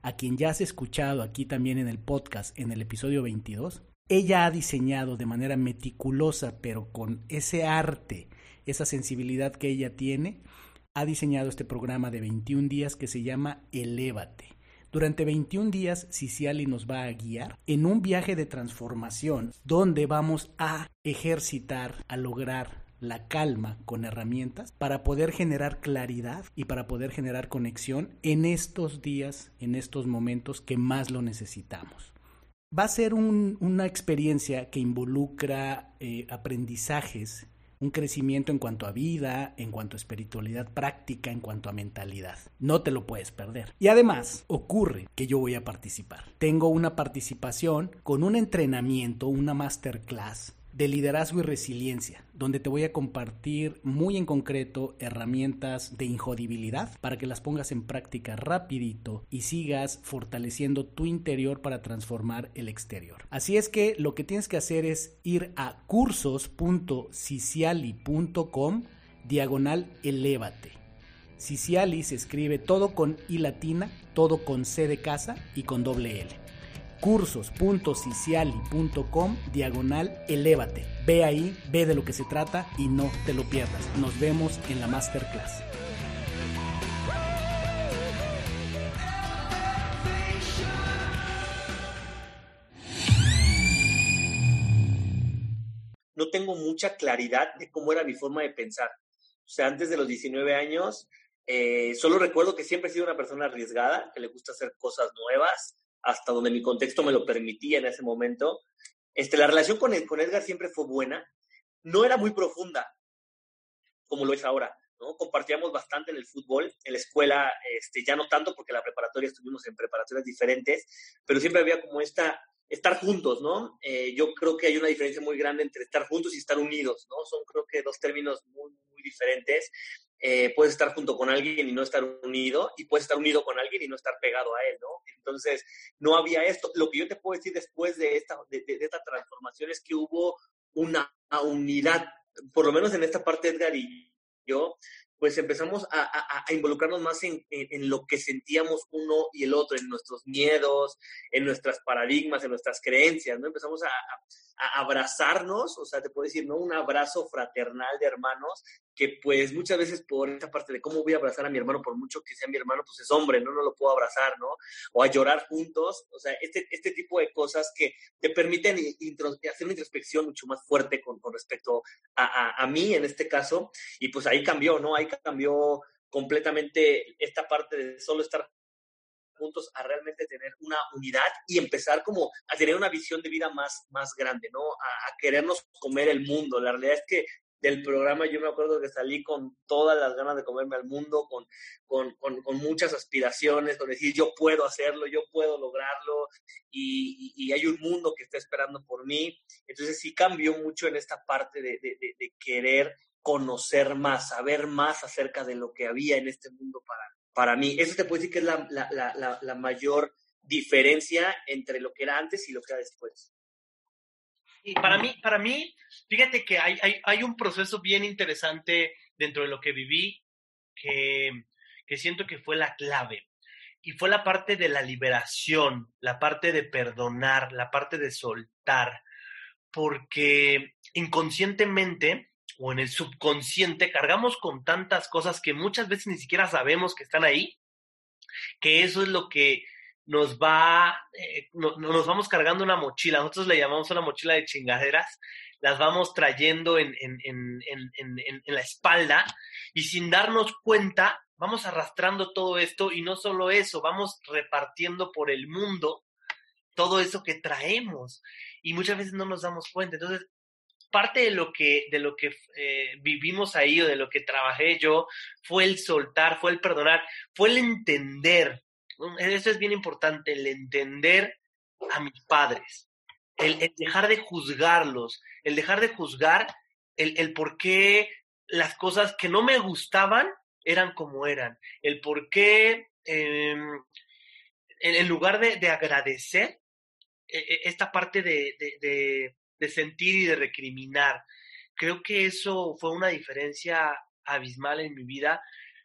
a quien ya has escuchado aquí también en el podcast, en el episodio veintidós, ella ha diseñado de manera meticulosa, pero con ese arte, esa sensibilidad que ella tiene, ha diseñado este programa de veintiún días que se llama Elévate. Durante veintiún días, Ciciali nos va a guiar en un viaje de transformación donde vamos a ejercitar, a lograr la calma con herramientas para poder generar claridad y para poder generar conexión en estos días, en estos momentos que más lo necesitamos. Va a ser un, una experiencia que involucra eh, aprendizajes, un crecimiento en cuanto a vida, en cuanto a espiritualidad práctica, en cuanto a mentalidad. No te lo puedes perder. Y además, ocurre que yo voy a participar. Tengo una participación con un entrenamiento, una masterclass de liderazgo y resiliencia, donde te voy a compartir muy en concreto herramientas de injodibilidad para que las pongas en práctica rapidito y sigas fortaleciendo tu interior para transformar el exterior. Así es que lo que tienes que hacer es ir a cursos punto ciciali punto com diagonal elévate. Ciciali se escribe todo con I latina, todo con C de casa y con doble L. cursos punto ciciali punto com diagonal elévate. Ve ahí, ve de lo que se trata y no te lo pierdas. Nos vemos en la masterclass. No tengo mucha claridad de cómo era mi forma de pensar. O sea, antes de los diecinueve años, eh, solo recuerdo que siempre he sido una persona arriesgada, que le gusta hacer cosas nuevas, hasta donde mi contexto me lo permitía en ese momento. Este, la relación con, el, con Edgar siempre fue buena. No era muy profunda, como lo es ahora, ¿no? Compartíamos bastante en el fútbol, en la escuela este, ya no tanto, porque en la preparatoria estuvimos en preparatorias diferentes, pero siempre había como esta, estar juntos, ¿no? Eh, yo creo que hay una diferencia muy grande entre estar juntos y estar unidos, ¿no? Son creo que dos términos muy, muy diferentes. Eh, puedes estar junto con alguien y no estar unido, y puedes estar unido con alguien y no estar pegado a él, ¿no? Entonces, no había esto. Lo que yo te puedo decir después de esta, de, de, de esta transformación es que hubo una unidad, por lo menos en esta parte Edgar y yo, pues empezamos a, a, a involucrarnos más en, en, en lo que sentíamos uno y el otro, en nuestros miedos, en nuestras paradigmas, en nuestras creencias, ¿no? Empezamos a, a, a abrazarnos, o sea, te puedo decir, ¿no? Un abrazo fraternal de hermanos, que pues muchas veces por esta parte de cómo voy a abrazar a mi hermano, por mucho que sea mi hermano, pues es hombre, ¿no? No lo puedo abrazar, ¿no? O a llorar juntos, o sea, este, este tipo de cosas que te permiten intro, hacer una introspección mucho más fuerte con, con respecto a, a, a mí, en este caso, y pues ahí cambió, ¿no? Ahí cambió completamente esta parte de solo estar juntos a realmente tener una unidad y empezar como a tener una visión de vida más, más grande, ¿no? A, a querernos comer el mundo. La realidad es que del programa yo me acuerdo que salí con todas las ganas de comerme al mundo, con, con, con, con muchas aspiraciones, con decir yo puedo hacerlo, yo puedo lograrlo y, y, y hay un mundo que está esperando por mí. Entonces sí cambió mucho en esta parte de, de, de, de querer conocer más, saber más acerca de lo que había en este mundo para, para mí. Eso te puedo decir que es la, la, la, la, la mayor diferencia entre lo que era antes y lo que era después. Y para mí, para mí, fíjate que hay, hay, hay un proceso bien interesante dentro de lo que viví que, que siento que fue la clave. Y fue la parte de la liberación, la parte de perdonar, la parte de soltar. Porque inconscientemente o en el subconsciente cargamos con tantas cosas que muchas veces ni siquiera sabemos que están ahí, que eso es lo que nos va, eh, no, nos vamos cargando una mochila. Nosotros le llamamos una mochila de chingaderas, las vamos trayendo en, en, en, en, en, en la espalda y sin darnos cuenta vamos arrastrando todo esto y no solo eso, vamos repartiendo por el mundo todo eso que traemos y muchas veces no nos damos cuenta. Entonces, parte de lo que, de lo que eh, vivimos ahí o de lo que trabajé yo fue el soltar, fue el perdonar, fue el entender. Eso es bien importante, el entender a mis padres, el, el dejar de juzgarlos, el dejar de juzgar el, el por qué las cosas que no me gustaban eran como eran, el por qué eh, en, en lugar de, de agradecer eh, esta parte de, de, de, de sentir y de recriminar. Creo que eso fue una diferencia abismal en mi vida,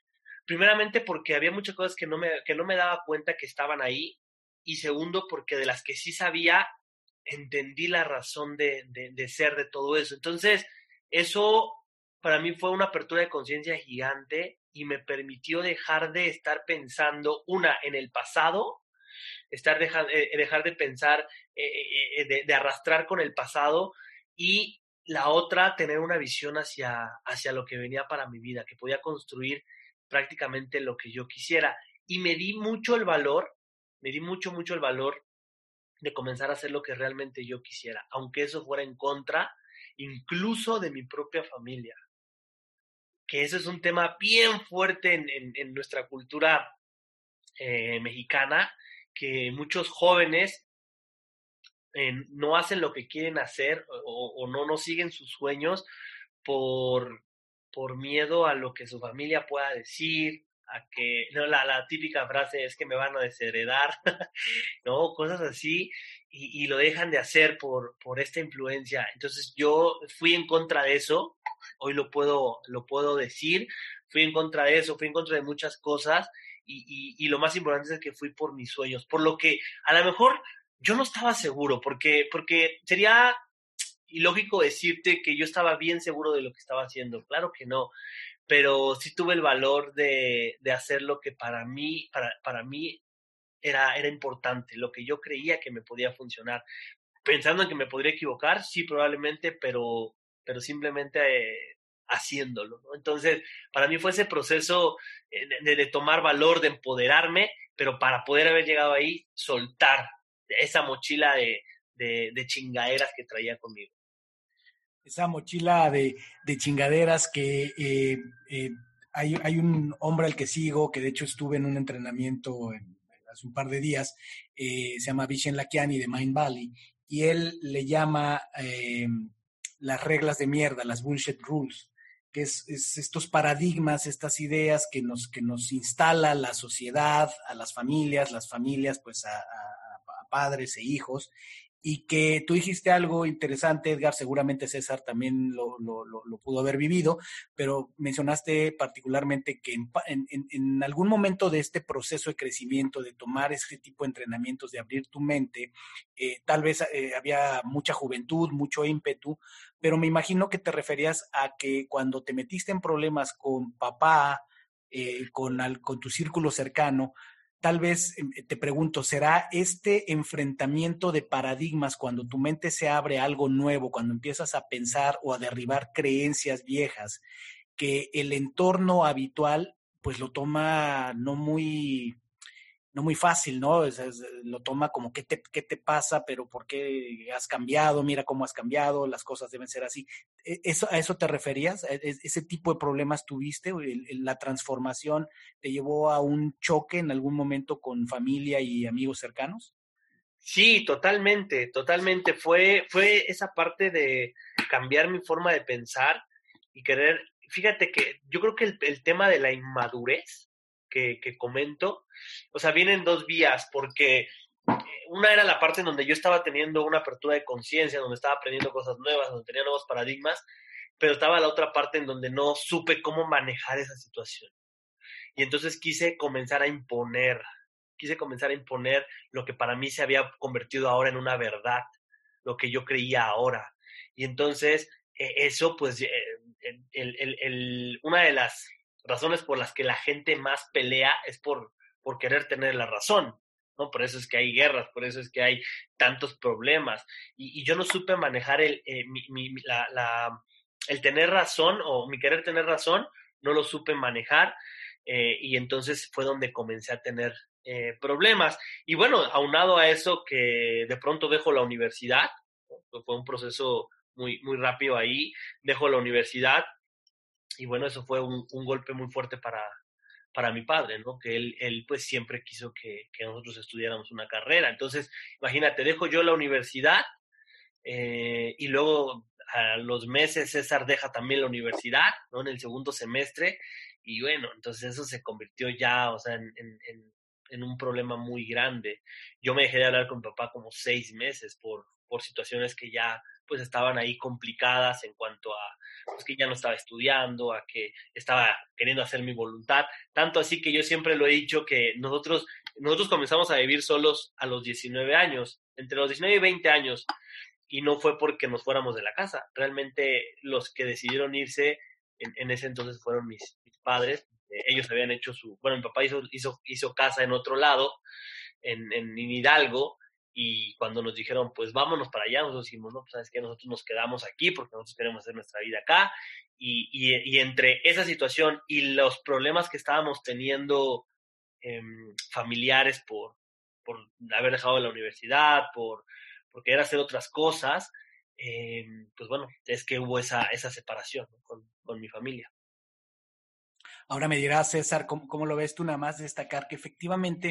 primeramente porque había muchas cosas que no me, que no me daba cuenta que estaban ahí, y segundo porque de las que sí sabía, entendí la razón de, de, de ser de todo eso. Entonces, eso para mí fue una apertura de conciencia gigante y me permitió dejar de estar pensando, una, en el pasado, estar deja, eh, dejar de pensar, eh, eh, de, de arrastrar con el pasado, y la otra, tener una visión hacia, hacia lo que venía para mi vida, que podía construir prácticamente lo que yo quisiera. Y me di mucho el valor, me di mucho, mucho el valor de comenzar a hacer lo que realmente yo quisiera, aunque eso fuera en contra incluso de mi propia familia. Que eso es un tema bien fuerte en, en, en nuestra cultura eh, mexicana, que muchos jóvenes eh, no hacen lo que quieren hacer, o, o no, no siguen sus sueños por, por miedo a lo que su familia pueda decir, a que, no, la, la típica frase es que me van a desheredar, ¿no? Cosas así, y, y lo dejan de hacer por, por esta influencia. Entonces yo fui en contra de eso, hoy lo puedo, lo puedo decir, fui en contra de eso, fui en contra de muchas cosas, y, y, y lo más importante es que fui por mis sueños, por lo que a lo mejor yo no estaba seguro, porque, porque sería ilógico decirte que yo estaba bien seguro de lo que estaba haciendo, claro que no, pero sí tuve el valor de, de hacer lo que para mí, para, para mí era, era importante, lo que yo creía que me podía funcionar, pensando en que me podría equivocar, sí, probablemente, pero, pero simplemente eh, haciéndolo, ¿no? Entonces, para mí fue ese proceso eh, de, de tomar valor, de empoderarme, pero para poder haber llegado ahí, soltar esa mochila de, de, de chingaderas que traía conmigo. Esa mochila de, de chingaderas que eh, eh, hay, hay un hombre al que sigo, que de hecho estuve en un entrenamiento en, hace un par de días, eh, se llama Vishen Lakiani de Mind Valley, y él le llama eh, las reglas de mierda, las bullshit rules, que es, es, estos paradigmas, estas ideas que nos, que nos instala la sociedad, a las familias, las familias pues a, a, a padres e hijos, y que tú dijiste algo interesante, Edgar, seguramente César también lo, lo, lo, lo pudo haber vivido, pero mencionaste particularmente que en, en, en, algún momento de este proceso de crecimiento, de tomar este tipo de entrenamientos, de abrir tu mente, eh, tal vez eh, había mucha juventud, mucho ímpetu, pero me imagino que te referías a que cuando te metiste en problemas con papá, eh, con, al, con tu círculo cercano, tal vez te pregunto, ¿será este enfrentamiento de paradigmas cuando tu mente se abre a algo nuevo, cuando empiezas a pensar o a derribar creencias viejas, que el entorno habitual pues lo toma no muy, no muy fácil, ¿no? Es, es, lo toma como, ¿qué te, ¿qué te pasa? ¿Pero por qué has cambiado? Mira cómo has cambiado, las cosas deben ser así. ¿Eso, ¿A eso te referías? ¿Ese tipo de problemas tuviste? ¿La transformación te llevó a un choque en algún momento con familia y amigos cercanos? Sí, totalmente, totalmente. Fue, fue esa parte de cambiar mi forma de pensar y querer, fíjate que yo creo que el, el tema de la inmadurez que, que comento, o sea, vienen dos vías, porque una era la parte en donde yo estaba teniendo una apertura de conciencia, donde estaba aprendiendo cosas nuevas, donde tenía nuevos paradigmas, pero estaba la otra parte en donde no supe cómo manejar esa situación. Y entonces quise comenzar a imponer, quise comenzar a imponer lo que para mí se había convertido ahora en una verdad, lo que yo creía ahora. Y entonces eh, eso, pues, eh, el, el, el, una de las razones por las que la gente más pelea es por, por querer tener la razón, ¿no? Por eso es que hay guerras, por eso es que hay tantos problemas. Y, y yo no supe manejar el, eh, mi, mi, la, la, el tener razón o mi querer tener razón, no lo supe manejar. Eh, y entonces fue donde comencé a tener eh, problemas. Y bueno, aunado a eso que de pronto dejo la universidad, ¿no? Fue un proceso muy, muy rápido ahí, dejo la universidad y bueno, eso fue un, un golpe muy fuerte para, para mi padre, ¿no? Que él, él pues siempre quiso que, que nosotros estudiáramos una carrera. Entonces, imagínate, dejo yo la universidad eh, y luego a los meses César deja también la universidad, ¿no? En el segundo semestre. Y bueno, entonces eso se convirtió ya, o sea, en, en, en en un problema muy grande. Yo me dejé de hablar con mi papá como seis meses por, por situaciones que ya pues estaban ahí complicadas en cuanto a pues, que ya no estaba estudiando, a que estaba queriendo hacer mi voluntad. Tanto así que yo siempre lo he dicho que nosotros, nosotros comenzamos a vivir solos a los diecinueve años, entre los diecinueve y veinte años, y no fue porque nos fuéramos de la casa. Realmente los que decidieron irse en, en ese entonces fueron mis, mis padres. Eh, ellos habían hecho su, bueno, mi papá hizo, hizo, hizo casa en otro lado, en, en Hidalgo, y cuando nos dijeron, pues vámonos para allá, nosotros dijimos, no, pues sabes que nosotros nos quedamos aquí porque nosotros queremos hacer nuestra vida acá, y, y, y entre esa situación y los problemas que estábamos teniendo eh, familiares por, por haber dejado la universidad, por, por querer hacer otras cosas, eh, pues bueno, es que hubo esa, esa separación, ¿no? con, con mi familia. Ahora me dirás, César, ¿cómo, cómo lo ves tú? Nada más destacar que efectivamente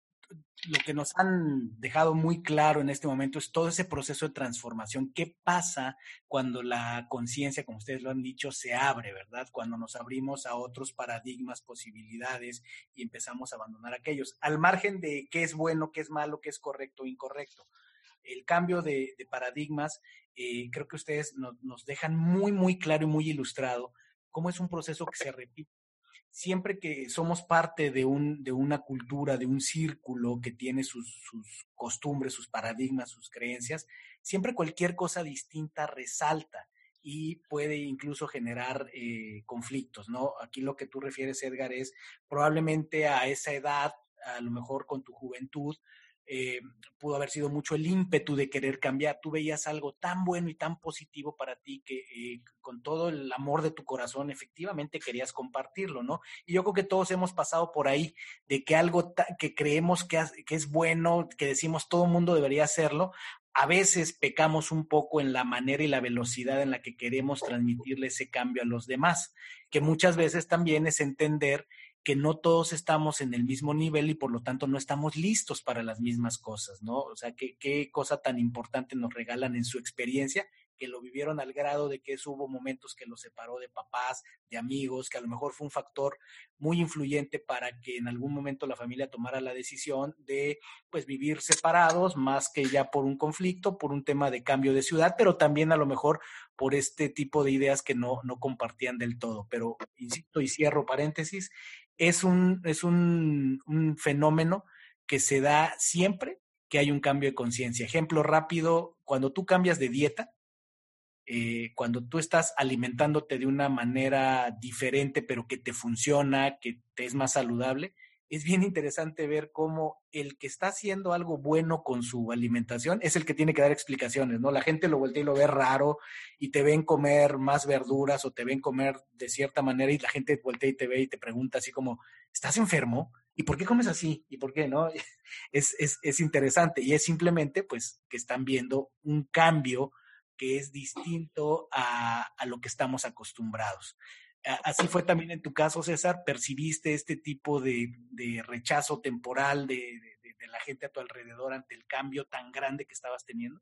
lo que nos han dejado muy claro en este momento es todo ese proceso de transformación. ¿Qué pasa cuando la conciencia, como ustedes lo han dicho, se abre, verdad? Cuando nos abrimos a otros paradigmas, posibilidades y empezamos a abandonar aquellos, al margen de qué es bueno, qué es malo, qué es correcto o incorrecto. El cambio de, de paradigmas, eh, creo que ustedes no, nos dejan muy, muy claro y muy ilustrado cómo es un proceso que se repite. Siempre que somos parte de, un, de una cultura, de un círculo que tiene sus, sus costumbres, sus paradigmas, sus creencias, siempre cualquier cosa distinta resalta y puede incluso generar eh, conflictos, ¿no? Aquí lo que tú refieres, Edgar, es probablemente a esa edad, a lo mejor con tu juventud, eh, pudo haber sido mucho el ímpetu de querer cambiar. Tú veías algo tan bueno y tan positivo para ti que eh, con todo el amor de tu corazón efectivamente querías compartirlo, ¿no? Y yo creo que todos hemos pasado por ahí de que algo ta- que creemos que, que es bueno, que decimos todo el mundo debería hacerlo, a veces pecamos un poco en la manera y la velocidad en la que queremos transmitirle ese cambio a los demás, que muchas veces también es entender que no todos estamos en el mismo nivel y por lo tanto no estamos listos para las mismas cosas, ¿no? O sea, qué, qué cosa tan importante nos regalan en su experiencia, que lo vivieron al grado de que eso hubo momentos que los separó de papás, de amigos, que a lo mejor fue un factor muy influyente para que en algún momento la familia tomara la decisión de, pues, vivir separados, más que ya por un conflicto, por un tema de cambio de ciudad, pero también a lo mejor por este tipo de ideas que no, no compartían del todo. Pero, insisto y cierro paréntesis, es un, es un, un fenómeno que se da siempre que hay un cambio de conciencia. Ejemplo rápido, cuando tú cambias de dieta, eh, cuando tú estás alimentándote de una manera diferente, pero que te funciona, que te es más saludable, es bien interesante ver cómo el que está haciendo algo bueno con su alimentación es el que tiene que dar explicaciones, ¿no? La gente lo voltea y lo ve raro y te ven comer más verduras o te ven comer de cierta manera y la gente voltea y te ve y te pregunta así como, ¿estás enfermo? ¿Y por qué comes así? ¿Y por qué no? Es, es, es interesante y es simplemente pues que están viendo un cambio que es distinto a, a lo que estamos acostumbrados. Así fue también en tu caso, César. ¿Percibiste este tipo de, de rechazo temporal de, de, de la gente a tu alrededor ante el cambio tan grande que estabas teniendo?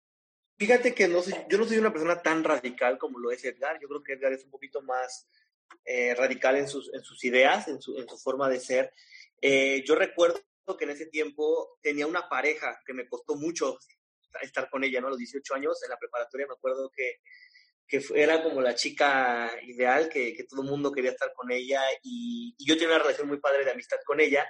Fíjate que no soy, yo no soy una persona tan radical como lo es Edgar. Yo creo que Edgar es un poquito más eh, radical en sus, en sus ideas, en su, en su forma de ser. Eh, yo recuerdo que en ese tiempo tenía una pareja que me costó mucho estar con ella, ¿no? A los dieciocho años, en la preparatoria, me acuerdo que que era como la chica ideal, que, que todo el mundo quería estar con ella, y, y yo tenía una relación muy padre de amistad con ella,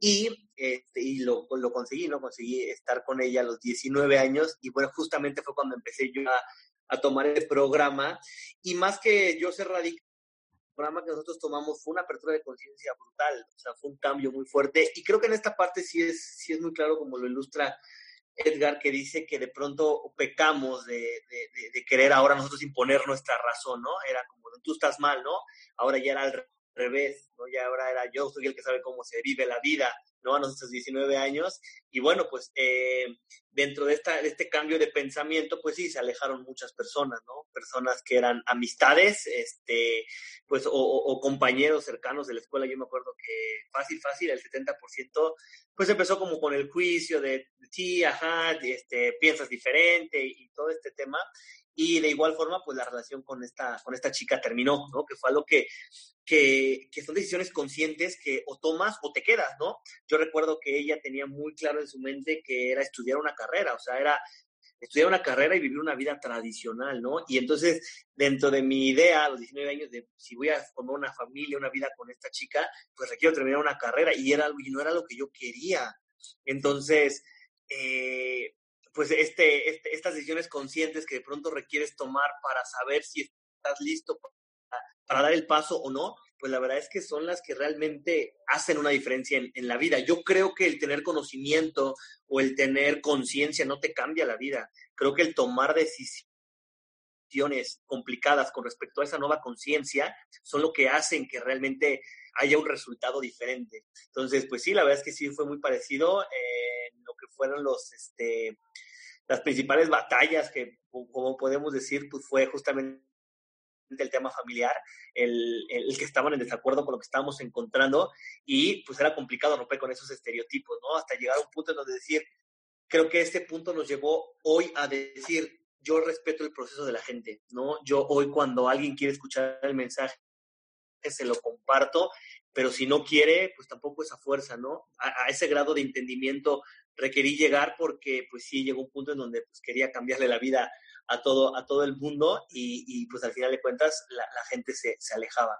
y, este, y lo, lo conseguí, ¿no? Conseguí estar con ella a los diecinueve años, y bueno, justamente fue cuando empecé yo a, a tomar el programa, y más que yo ser radical, el programa que nosotros tomamos fue una apertura de conciencia brutal, o sea, fue un cambio muy fuerte, y creo que en esta parte sí es, sí es muy claro como lo ilustra Edgar, que dice que de pronto pecamos de, de, de, de querer ahora nosotros imponer nuestra razón, ¿no? Era como, tú estás mal, ¿no? Ahora ya era al revés, ¿no? Ya ahora era yo soy el que sabe cómo se vive la vida, ¿no? A nuestros diecinueve años. Y bueno, pues eh, dentro de, esta, de este cambio de pensamiento, pues sí, se alejaron muchas personas, ¿no? Personas que eran amistades, este, pues, o, o, o compañeros cercanos de la escuela. Yo me acuerdo que fácil, fácil, el setenta por ciento, pues empezó como con el juicio de, sí, ajá, este, piensas diferente y, y todo este tema. Y de igual forma, pues la relación con esta, con esta chica terminó, ¿no? Que fue algo que, que, que son decisiones conscientes que o tomas o te quedas, ¿no? yo recuerdo que ella tenía muy claro en su mente que era estudiar una carrera, o sea, era estudiar una carrera y vivir una vida tradicional, ¿no? Y entonces, dentro de mi idea, a los diecinueve años, de si voy a formar una familia, una vida con esta chica, pues requiero terminar una carrera, y, era, y no era lo que yo quería. Entonces, eh, pues este, este, estas decisiones conscientes que de pronto requieres tomar para saber si estás listo para, para dar el paso o no, pues la verdad es que son las que realmente hacen una diferencia en, en la vida. Yo creo que el tener conocimiento o el tener conciencia no te cambia la vida. Creo que el tomar decisiones complicadas con respecto a esa nueva conciencia son lo que hacen que realmente haya un resultado diferente. Entonces, pues sí, la verdad es que sí fue muy parecido eh, en lo que fueron los, este, las principales batallas que, como podemos decir, pues fue justamente el tema familiar, el, el que estaban en desacuerdo con lo que estábamos encontrando, y pues era complicado romper con esos estereotipos, ¿no? Hasta llegar a un punto en donde decir, creo que este punto nos llevó hoy a decir, yo respeto el proceso de la gente, ¿no? Yo hoy, cuando alguien quiere escuchar el mensaje, se lo comparto, pero si no quiere, pues tampoco esa fuerza, ¿no? A, a ese grado de entendimiento requerí llegar, porque pues sí llegó un punto en donde pues quería cambiarle la vida a todo, a todo el mundo, y, y pues al final de cuentas la, la gente se, se alejaba.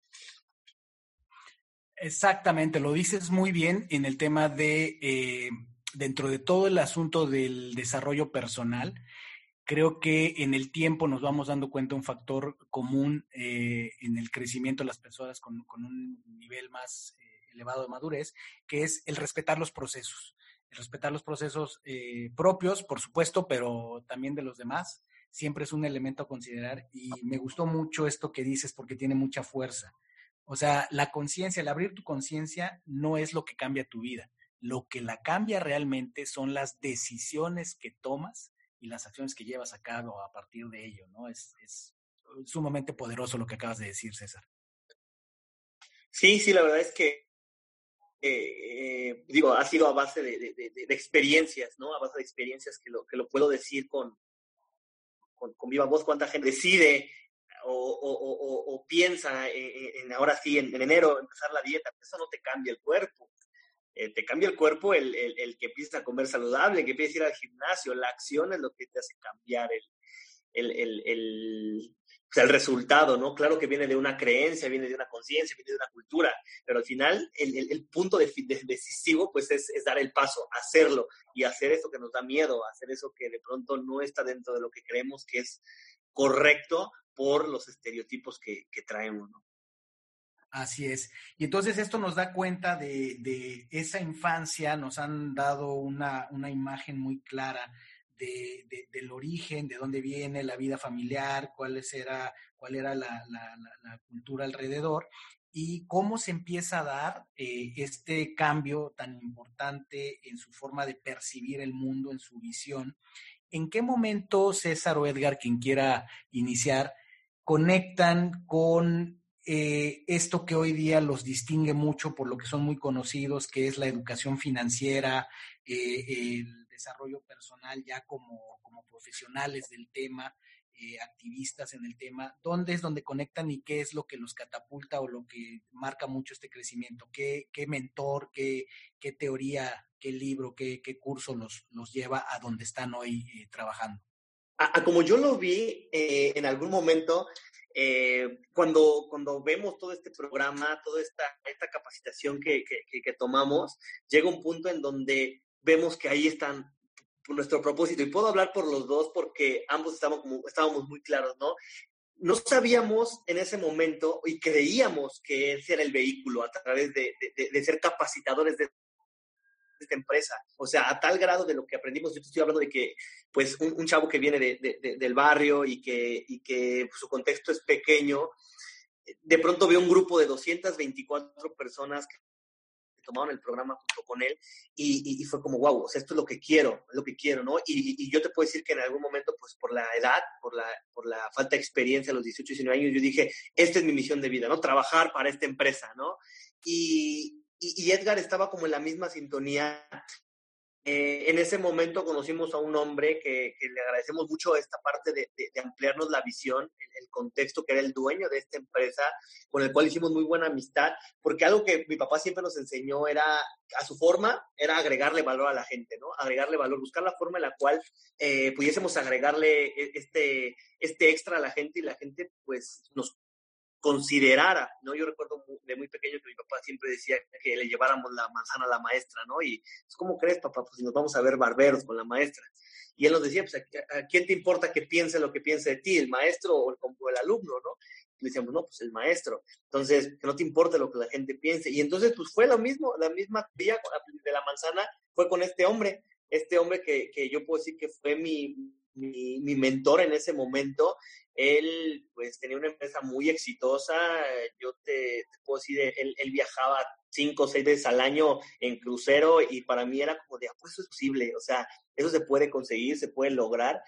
Exactamente, lo dices muy bien en el tema de, eh, dentro de todo el asunto del desarrollo personal. Creo que en el tiempo nos vamos dando cuenta un factor común eh, en el crecimiento de las personas con, con un nivel más eh, elevado de madurez, que es el respetar los procesos. El respetar los procesos eh, propios, por supuesto, pero también de los demás, siempre es un elemento a considerar, y me gustó mucho esto que dices porque tiene mucha fuerza. O sea, la conciencia, el abrir tu conciencia no es lo que cambia tu vida. Lo que la cambia realmente son las decisiones que tomas y las acciones que llevas a cabo a partir de ello, ¿no? Es, es sumamente poderoso lo que acabas de decir, César. Sí, sí, la verdad es que Eh, eh, digo, ha sido a base de, de, de, de experiencias, ¿no? A base de experiencias que lo, que lo puedo decir con, con, con viva voz. Cuánta gente decide o, o, o, o piensa en, en ahora sí, en, en enero, empezar la dieta. Eso no te cambia el cuerpo. Eh, te cambia el cuerpo el, el, el que empiezas a comer saludable, el que empiezas a ir al gimnasio. La acción es lo que te hace cambiar el, el, el, el, o sea, el resultado, ¿no? Claro que viene de una creencia, viene de una conciencia, viene de una cultura, pero al final el, el, el punto de, de, decisivo pues es, es dar el paso, hacerlo, y hacer eso que nos da miedo, hacer eso que de pronto no está dentro de lo que creemos que es correcto por los estereotipos que, que traemos, ¿no? Así es. Y entonces esto nos da cuenta de, de esa infancia, nos han dado una, una imagen muy clara De, de, del origen, de dónde viene la vida familiar, cuál era, cuál era la, la, la, la cultura alrededor, y cómo se empieza a dar eh, este cambio tan importante en su forma de percibir el mundo, en su visión. ¿En qué momento, César o Edgar, quien quiera iniciar, conectan con eh, esto que hoy día los distingue mucho por lo que son muy conocidos, que es la educación financiera, eh, el desarrollo personal ya como, como profesionales del tema, eh, activistas en el tema? ¿Dónde es donde conectan y qué es lo que los catapulta o lo que marca mucho este crecimiento? ¿Qué, qué mentor, qué, qué teoría, qué libro, qué, qué curso los, los lleva a donde están hoy eh, trabajando? A, a como yo lo vi eh, en algún momento, eh, cuando, cuando vemos todo este programa, toda esta, esta capacitación que, que, que tomamos, llega un punto en donde vemos que ahí están nuestro propósito, y puedo hablar por los dos porque ambos estábamos, como, estábamos muy claros, ¿no? No sabíamos en ese momento y creíamos que ese era el vehículo a través de, de, de ser capacitadores de esta empresa, o sea, a tal grado de lo que aprendimos. Yo te estoy hablando de que, pues, un, un chavo que viene de, de, de, del barrio y que, y que pues, su contexto es pequeño, de pronto veo un grupo de doscientas veinticuatro personas que tomaron el programa junto con él, y, y, y fue como, wow, o sea, esto es lo que quiero, es lo que quiero, ¿no? Y, y yo te puedo decir que en algún momento, pues por la edad, por la, por la falta de experiencia a los dieciocho, diecinueve años, yo dije, esta es mi misión de vida, ¿no? Trabajar para esta empresa, ¿no? Y, y, y Edgar estaba como en la misma sintonía, Eh, en ese momento conocimos a un hombre que, que le agradecemos mucho esta parte de, de, de ampliarnos la visión, el, el contexto, que era el dueño de esta empresa, con el cual hicimos muy buena amistad, porque algo que mi papá siempre nos enseñó era, a su forma, era agregarle valor a la gente, ¿no? Agregarle valor, buscar la forma en la cual eh, pudiésemos agregarle este, este extra a la gente y la gente, pues, nos considerara, ¿no? Yo recuerdo de muy pequeño que mi papá siempre decía que le lleváramos la manzana a la maestra, ¿no? Y, pues, ¿cómo crees, papá? Pues nos vamos a ver barberos con la maestra. Y él nos decía, pues, ¿a, a quién te importa que piense lo que piense de ti, el maestro o el, o el alumno, ¿no? Y le decíamos, no, pues el maestro. Entonces, que no te importe lo que la gente piense. Y entonces, pues fue lo mismo, la misma vía de la manzana fue con este hombre, este hombre que, que yo puedo decir que fue mi, mi, mi mentor en ese momento. Él, pues, tenía una empresa muy exitosa. Yo te, te puedo decir, él, él viajaba cinco o seis veces al año en crucero y para mí era como de, ah, pues eso es posible, o sea, eso se puede conseguir, se puede lograr.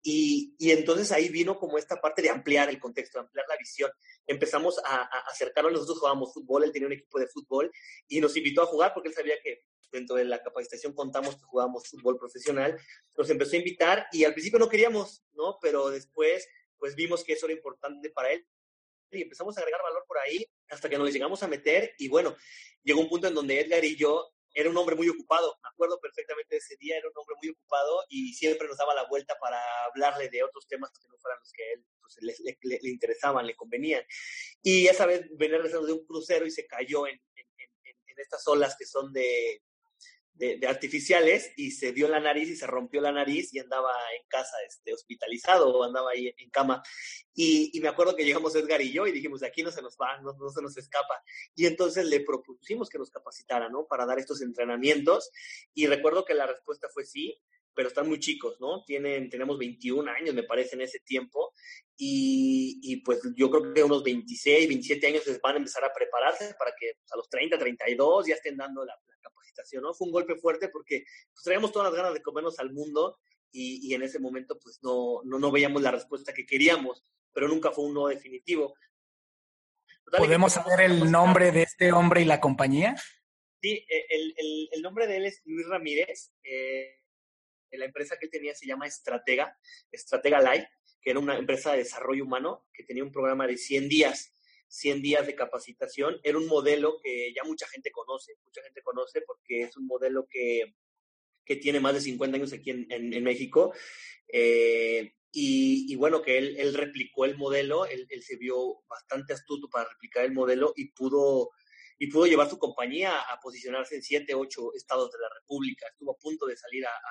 Y, y entonces ahí vino como esta parte de ampliar el contexto, de ampliar la visión. Empezamos a, a acercarnos, nosotros jugábamos fútbol, él tenía un equipo de fútbol y nos invitó a jugar porque él sabía que dentro de la capacitación contamos que jugábamos fútbol profesional. Nos empezó a invitar y al principio no queríamos, ¿no? Pero después pues vimos que eso era importante para él y empezamos a agregar valor por ahí hasta que nos llegamos a meter y bueno, llegó un punto en donde Edgar y yo, era un hombre muy ocupado, me acuerdo perfectamente de ese día, era un hombre muy ocupado y siempre nos daba la vuelta para hablarle de otros temas que no fueran los que a él pues, le, le, le, le interesaban, le convenían. Y esa vez venía regresando de un crucero y se cayó en, en, en, en estas olas que son de... De, de artificiales y se dio en la nariz y se rompió la nariz y andaba en casa este, hospitalizado, andaba ahí en cama. Y, y me acuerdo que llegamos Edgar y yo y dijimos, de aquí no se nos va, no, no se nos escapa. Y entonces le propusimos que nos capacitara, ¿no? Para dar estos entrenamientos. Y recuerdo que la respuesta fue sí, pero están muy chicos, ¿no? Tienen, tenemos veintiún años, me parece, en ese tiempo. Y, y pues yo creo que unos veintiséis, veintisiete años les van a empezar a prepararse para que pues, a los treinta, treinta y dos ya estén dando la, la capacitación, ¿no? Fue un golpe fuerte porque pues, traíamos todas las ganas de comernos al mundo y, y en ese momento pues no, no, no veíamos la respuesta que queríamos, pero nunca fue un no definitivo. Total, ¿podemos saber el nombre de este hombre y la compañía? Sí, el, el, el nombre de él es Luis Ramírez. Eh, la empresa que él tenía se llama Estratega, Estratega Live, que era una empresa de desarrollo humano que tenía un programa de cien días, cien días de capacitación. Era un modelo que ya mucha gente conoce, mucha gente conoce porque es un modelo que, que tiene más de cincuenta años aquí en, en, en México. Eh, y, y bueno, que él, él replicó el modelo, él, él se vio bastante astuto para replicar el modelo y pudo... y pudo llevar su compañía a posicionarse en siete, ocho estados de la República. Estuvo a punto de salir a,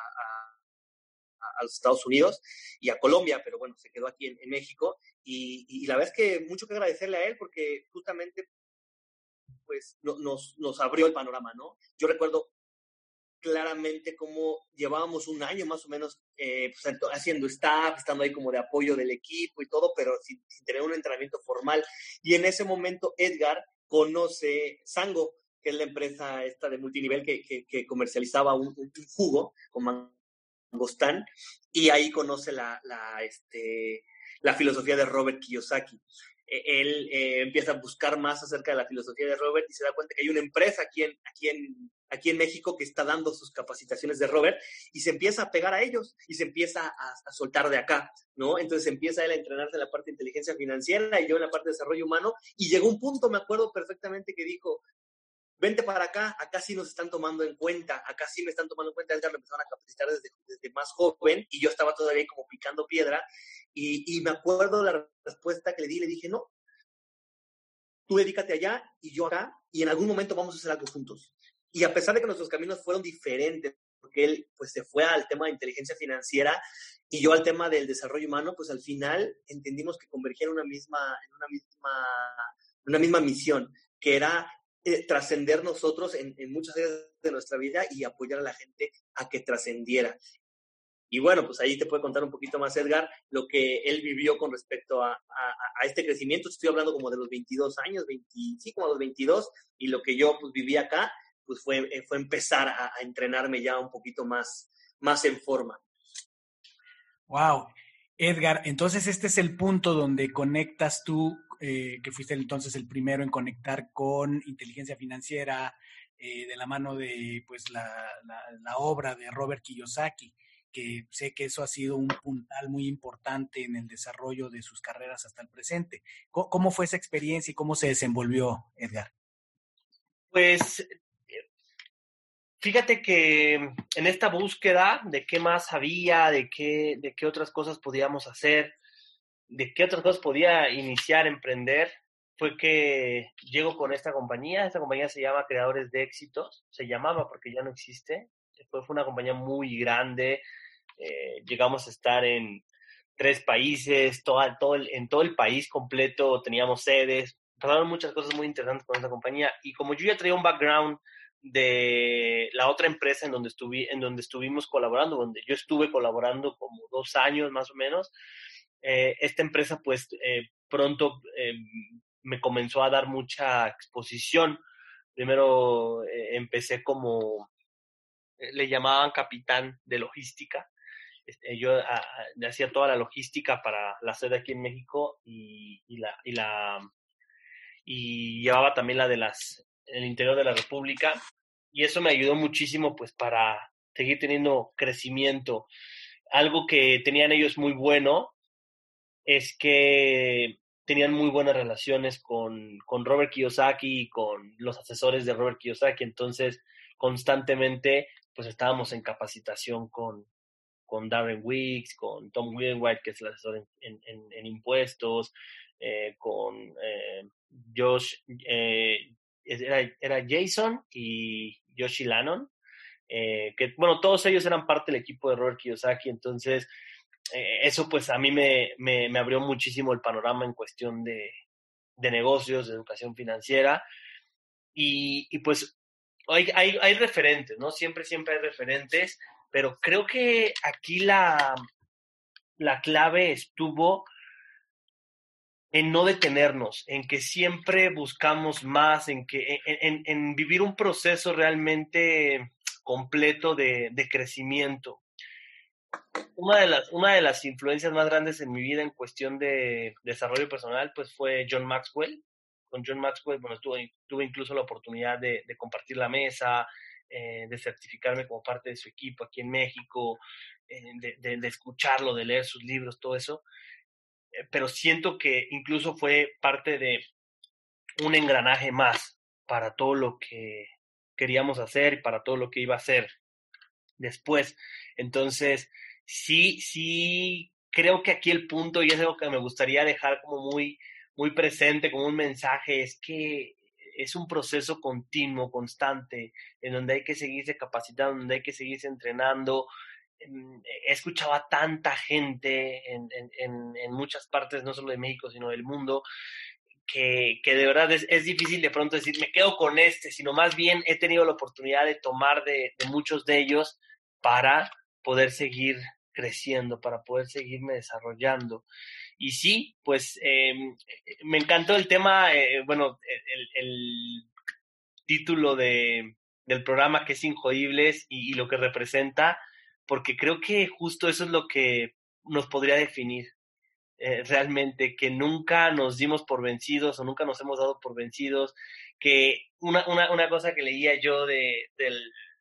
a, a los Estados Unidos y a Colombia, pero bueno, se quedó aquí en, en México. Y, y la verdad es que mucho que agradecerle a él porque justamente pues no, nos, nos abrió el panorama, ¿no? Yo recuerdo claramente cómo llevábamos un año más o menos eh, pues, haciendo staff, estando ahí como de apoyo del equipo y todo, pero sin, sin tener un entrenamiento formal. Y en ese momento Edgar conoce Sango, que es la empresa esta de multinivel que, que, que comercializaba un, un, un jugo con mangostán, y ahí conoce la, la, este, la filosofía de Robert Kiyosaki. Eh, él eh, empieza a buscar más acerca de la filosofía de Robert y se da cuenta que hay una empresa aquí en, aquí en, aquí en México que está dando sus capacitaciones de Robert y se empieza a pegar a ellos y se empieza a, a soltar de acá, ¿no? Entonces empieza él a entrenarse en la parte de inteligencia financiera y yo en la parte de desarrollo humano y llegó un punto, me acuerdo perfectamente, que dijo, vente para acá, acá sí nos están tomando en cuenta, acá sí me están tomando en cuenta. Edgar lo empezaron a capacitar desde, desde más joven y yo estaba todavía como picando piedra y, y me acuerdo la respuesta que le di, le dije, no, tú dedícate allá y yo acá y en algún momento vamos a hacer algo juntos. Y a pesar de que nuestros caminos fueron diferentes, porque él pues se fue al tema de inteligencia financiera y yo al tema del desarrollo humano, pues al final entendimos que convergían en una misma, en una misma, una misma misión, que era eh, trascender nosotros en, en muchas áreas de nuestra vida y apoyar a la gente a que trascendiera. Y bueno, pues ahí te puede contar un poquito más, Edgar, lo que él vivió con respecto a, a, a este crecimiento. Estoy hablando como de los veintidós años, veinte, sí, como los veintidós, y lo que yo pues viví acá, pues fue, fue empezar a, a entrenarme ya un poquito más, más en forma. Wow. Edgar, entonces este es el punto donde conectas tú, eh, que fuiste entonces el primero en conectar con inteligencia financiera, eh, de la mano de pues la, la, la obra de Robert Kiyosaki, que sé que eso ha sido un puntal muy importante en el desarrollo de sus carreras hasta el presente. ¿Cómo, cómo fue esa experiencia y cómo se desenvolvió, Edgar? Pues fíjate que en esta búsqueda de qué más había, de qué, de qué otras cosas podíamos hacer, de qué otras cosas podía iniciar, emprender, fue que llego con esta compañía. Esta compañía se llama Creadores de Éxitos, se llamaba porque ya no existe. Fue, fue una compañía muy grande, eh, llegamos a estar en tres países, todo, todo el, en todo el país completo teníamos sedes, pasaron muchas cosas muy interesantes con esta compañía, y como yo ya traía un background de la otra empresa en donde, estuvi, en donde estuvimos colaborando, donde yo estuve colaborando como dos años más o menos, eh, esta empresa pues eh, pronto eh, me comenzó a dar mucha exposición. Primero eh, empecé como, eh, le llamaban capitán de logística. Este, yo a, a, hacía toda la logística para la sede aquí en México y, y, la, y, la, y llevaba también la de las, el interior de la República, y eso me ayudó muchísimo pues para seguir teniendo crecimiento. Algo que tenían ellos muy bueno es que tenían muy buenas relaciones con, con Robert Kiyosaki y con los asesores de Robert Kiyosaki, entonces constantemente pues estábamos en capacitación con, con Darren Weeks, con Tom Wheelwright, que es el asesor en, en, en impuestos, eh, con eh, Josh, eh, era, era Jason y Yoshi Lannon, eh, que bueno, todos ellos eran parte del equipo de Robert Kiyosaki, entonces eh, eso pues a mí me, me, me abrió muchísimo el panorama en cuestión de, de negocios, de educación financiera, y, y pues hay, hay, hay referentes, ¿no? Siempre, siempre hay referentes, pero creo que aquí la, la clave estuvo en no detenernos, en que siempre buscamos más, en, que, en, en, en vivir un proceso realmente completo de, de crecimiento. Una de, las, una de las influencias más grandes en mi vida en cuestión de desarrollo personal pues fue John Maxwell. Con John Maxwell, bueno, tuve, tuve incluso la oportunidad de, de compartir la mesa, eh, de certificarme como parte de su equipo aquí en México, eh, de, de, de escucharlo, de leer sus libros, todo eso. Eh, pero siento que incluso fue parte de un engranaje más para todo lo que queríamos hacer y para todo lo que iba a hacer después. Entonces, sí, sí, creo que aquí el punto, y es algo que me gustaría dejar como muy, muy presente, como un mensaje, es que es un proceso continuo, constante, en donde hay que seguirse capacitando, donde hay que seguirse entrenando. He escuchado a tanta gente en, en, en muchas partes, no solo de México, sino del mundo, que, que de verdad es, es difícil de pronto decir, me quedo con este, sino más bien he tenido la oportunidad de tomar de, de muchos de ellos para poder seguir creciendo, para poder seguirme desarrollando. Y sí, pues eh, me encantó el tema, eh, bueno, el, el título de, del programa, que es Injodibles, y, y lo que representa, porque creo que justo eso es lo que nos podría definir. Eh, realmente, que nunca nos dimos por vencidos o nunca nos hemos dado por vencidos, que una, una, una cosa que leía yo de, de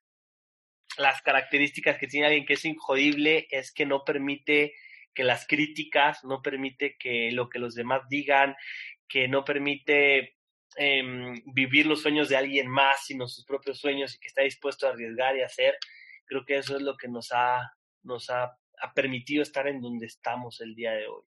las características que tiene alguien que es injodible es que no permite que las críticas, no permite que lo que los demás digan, que no permite eh, vivir los sueños de alguien más, sino sus propios sueños, y que está dispuesto a arriesgar y hacer. Creo que eso es lo que nos ha, nos ha, ha permitido estar en donde estamos el día de hoy.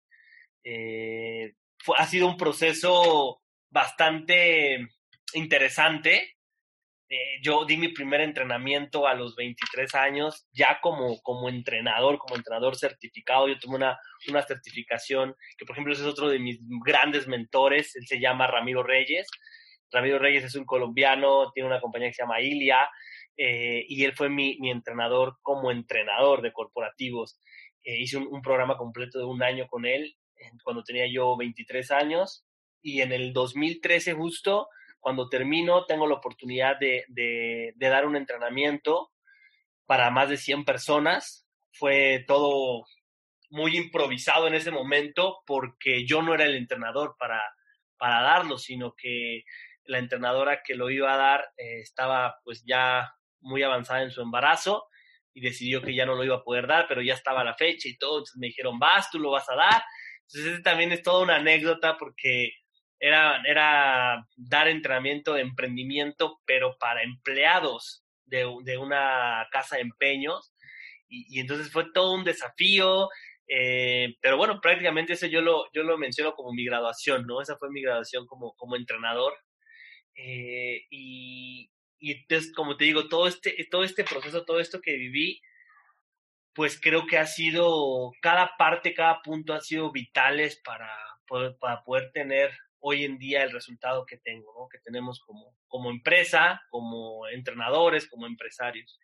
Eh, fue, ha sido un proceso bastante interesante. Eh, yo di mi primer entrenamiento a los veintitrés años, ya como, como entrenador, como entrenador certificado. Yo tomé una, una certificación, que por ejemplo ese es otro de mis grandes mentores. Él se llama Ramiro Reyes. Ramiro Reyes es un colombiano, tiene una compañía que se llama Ilia, eh, y él fue mi, mi entrenador como entrenador de corporativos. Eh, hice un, un programa completo de un año con él cuando tenía yo veintitrés años, y en el dos mil trece justo, cuando termino, tengo la oportunidad de, de, de dar un entrenamiento para más de cien personas. Fue todo muy improvisado en ese momento, porque yo no era el entrenador para, para darlo, sino que la entrenadora que lo iba a dar eh, estaba pues ya muy avanzada en su embarazo y decidió que ya no lo iba a poder dar, pero ya estaba la fecha y todo, entonces me dijeron, vas, tú lo vas a dar. Entonces ese también es toda una anécdota porque era, era dar entrenamiento de emprendimiento, pero para empleados de, de una casa de empeños, y, y entonces fue todo un desafío. Eh, pero bueno, prácticamente eso yo lo, yo lo menciono como mi graduación, ¿no? Esa fue mi graduación como, como entrenador. Eh, y, y entonces, como te digo, todo este, todo este proceso, todo esto que viví, pues creo que ha sido, cada parte, cada punto ha sido vitales para poder, para poder tener hoy en día el resultado que tengo, ¿no? Que tenemos como, como empresa, como entrenadores, como empresarios.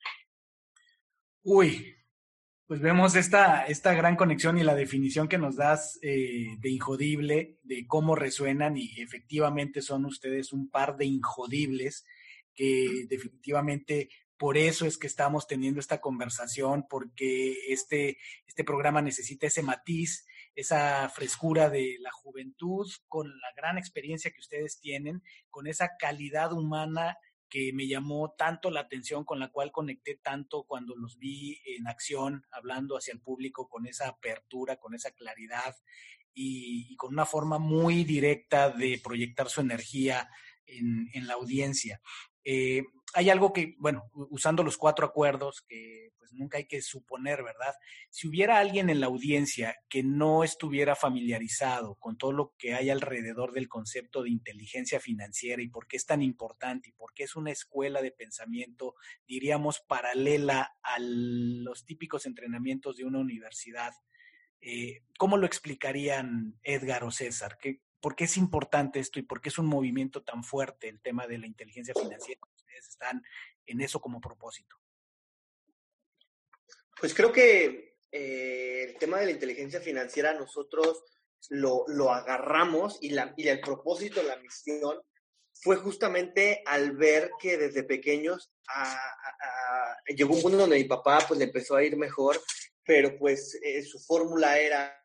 Uy, pues vemos esta, esta gran conexión y la definición que nos das eh, de injodible, de cómo resuenan, y efectivamente son ustedes un par de injodibles que definitivamente por eso es que estamos teniendo esta conversación, porque este, este programa necesita ese matiz, esa frescura de la juventud, con la gran experiencia que ustedes tienen, con esa calidad humana que me llamó tanto la atención, con la cual conecté tanto cuando los vi en acción, hablando hacia el público con esa apertura, con esa claridad y, y con una forma muy directa de proyectar su energía en, en la audiencia. Eh, hay algo que, bueno, usando los cuatro acuerdos, que pues nunca hay que suponer, ¿verdad? Si hubiera alguien en la audiencia que no estuviera familiarizado con todo lo que hay alrededor del concepto de inteligencia financiera y por qué es tan importante y por qué es una escuela de pensamiento, diríamos, paralela a los típicos entrenamientos de una universidad, eh, ¿cómo lo explicarían Edgar o César? ¿Qué, ¿Por qué es importante esto y por qué es un movimiento tan fuerte el tema de la inteligencia financiera? Ustedes están en eso como propósito. Pues creo que eh, el tema de la inteligencia financiera nosotros lo, lo agarramos y, la, y el propósito, la misión, fue justamente al ver que desde pequeños a, a, a, llegó un punto donde mi papá pues le empezó a ir mejor, pero pues eh, su fórmula era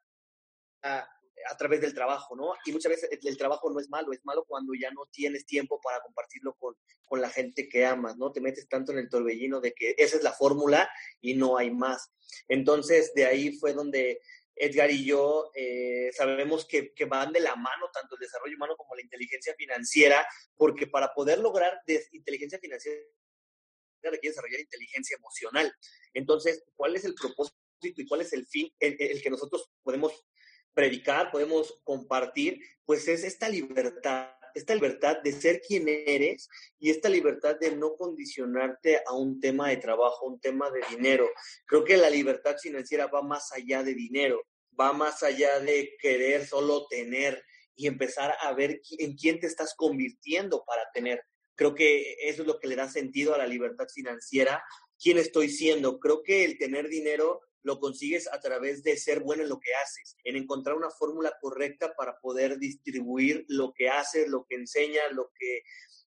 a, a través del trabajo, ¿no? Y muchas veces el, el trabajo no es malo, es malo cuando ya no tienes tiempo para compartirlo con, con la gente que amas, ¿no? Te metes tanto en el torbellino de que esa es la fórmula y no hay más. Entonces, de ahí fue donde Edgar y yo eh, sabemos que, que van de la mano tanto el desarrollo humano como la inteligencia financiera, porque para poder lograr de inteligencia financiera requiere desarrollar inteligencia emocional. Entonces, ¿cuál es el propósito y cuál es el fin el, el que nosotros podemos predicar, podemos compartir? Pues es esta libertad, esta libertad de ser quien eres y esta libertad de no condicionarte a un tema de trabajo, un tema de dinero. Creo que la libertad financiera va más allá de dinero, va más allá de querer solo tener y empezar a ver en quién te estás convirtiendo para tener. Creo que eso es lo que le da sentido a la libertad financiera. ¿Quién estoy siendo? Creo que el tener dinero lo consigues a través de ser bueno en lo que haces, en encontrar una fórmula correcta para poder distribuir lo que haces, lo que enseñas, lo que,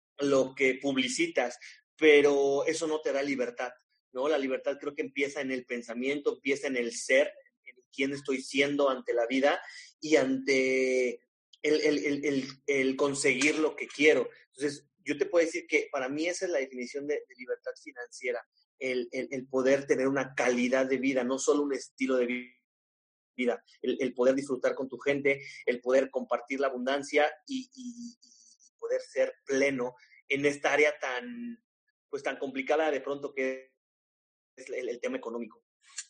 lo que publicitas, pero eso no te da libertad, ¿no? La libertad creo que empieza en el pensamiento, empieza en el ser, en quién estoy siendo ante la vida y ante el, el, el, el, el conseguir lo que quiero. Entonces, yo te puedo decir que para mí esa es la definición de, de libertad financiera. El, el, el poder tener una calidad de vida, no solo un estilo de vida, el, el poder disfrutar con tu gente, el poder compartir la abundancia y, y, y poder ser pleno en esta área tan, pues, tan complicada de pronto que es el, el tema económico.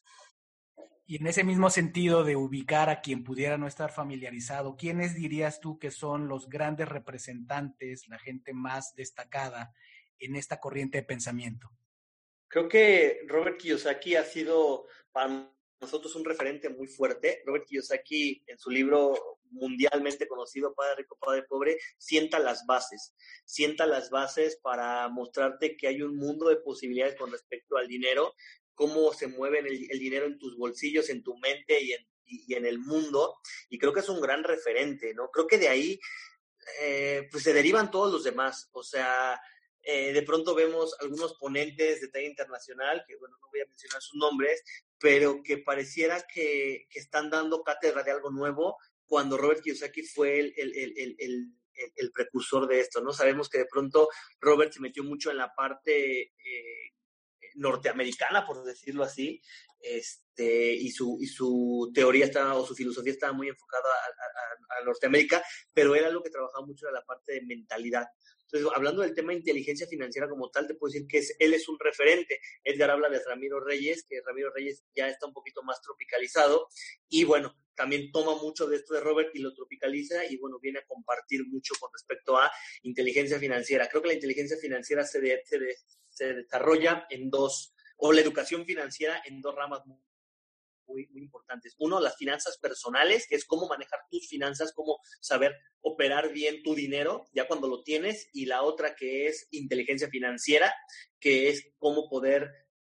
Y en ese mismo sentido de ubicar a quien pudiera no estar familiarizado, ¿quiénes dirías tú que son los grandes representantes, la gente más destacada en esta corriente de pensamiento? Creo que Robert Kiyosaki ha sido para nosotros un referente muy fuerte. Robert Kiyosaki, en su libro mundialmente conocido, Padre Rico, Padre Pobre, sienta las bases. Sienta las bases para mostrarte que hay un mundo de posibilidades con respecto al dinero, cómo se mueve el, el dinero en tus bolsillos, en tu mente y en, y, y en el mundo. Y creo que es un gran referente, ¿no? Creo que de ahí eh, pues se derivan todos los demás. O sea, Eh, de pronto vemos algunos ponentes de talla internacional, que bueno, no voy a mencionar sus nombres, pero que pareciera que, que están dando cátedra de algo nuevo, cuando Robert Kiyosaki fue el, el, el, el, el, el precursor de esto, ¿no? Sabemos que de pronto Robert se metió mucho en la parte eh, norteamericana, por decirlo así, este, y, su, y su teoría estaba, o su filosofía estaba muy enfocada a, a, a Norteamérica, pero él algo que trabajaba mucho era la parte de mentalidad. Entonces, hablando del tema de inteligencia financiera como tal, te puedo decir que es, él es un referente. Edgar habla de Ramiro Reyes, que Ramiro Reyes ya está un poquito más tropicalizado, y bueno, también toma mucho de esto de Robert y lo tropicaliza, y bueno, viene a compartir mucho con respecto a inteligencia financiera. Creo que la inteligencia financiera se, de, se, de, se desarrolla en dos, o la educación financiera en dos ramas muy Muy, muy importantes. Uno, las finanzas personales, que es cómo manejar tus finanzas, cómo saber operar bien tu dinero ya cuando lo tienes, y la otra que es inteligencia financiera, que es cómo poder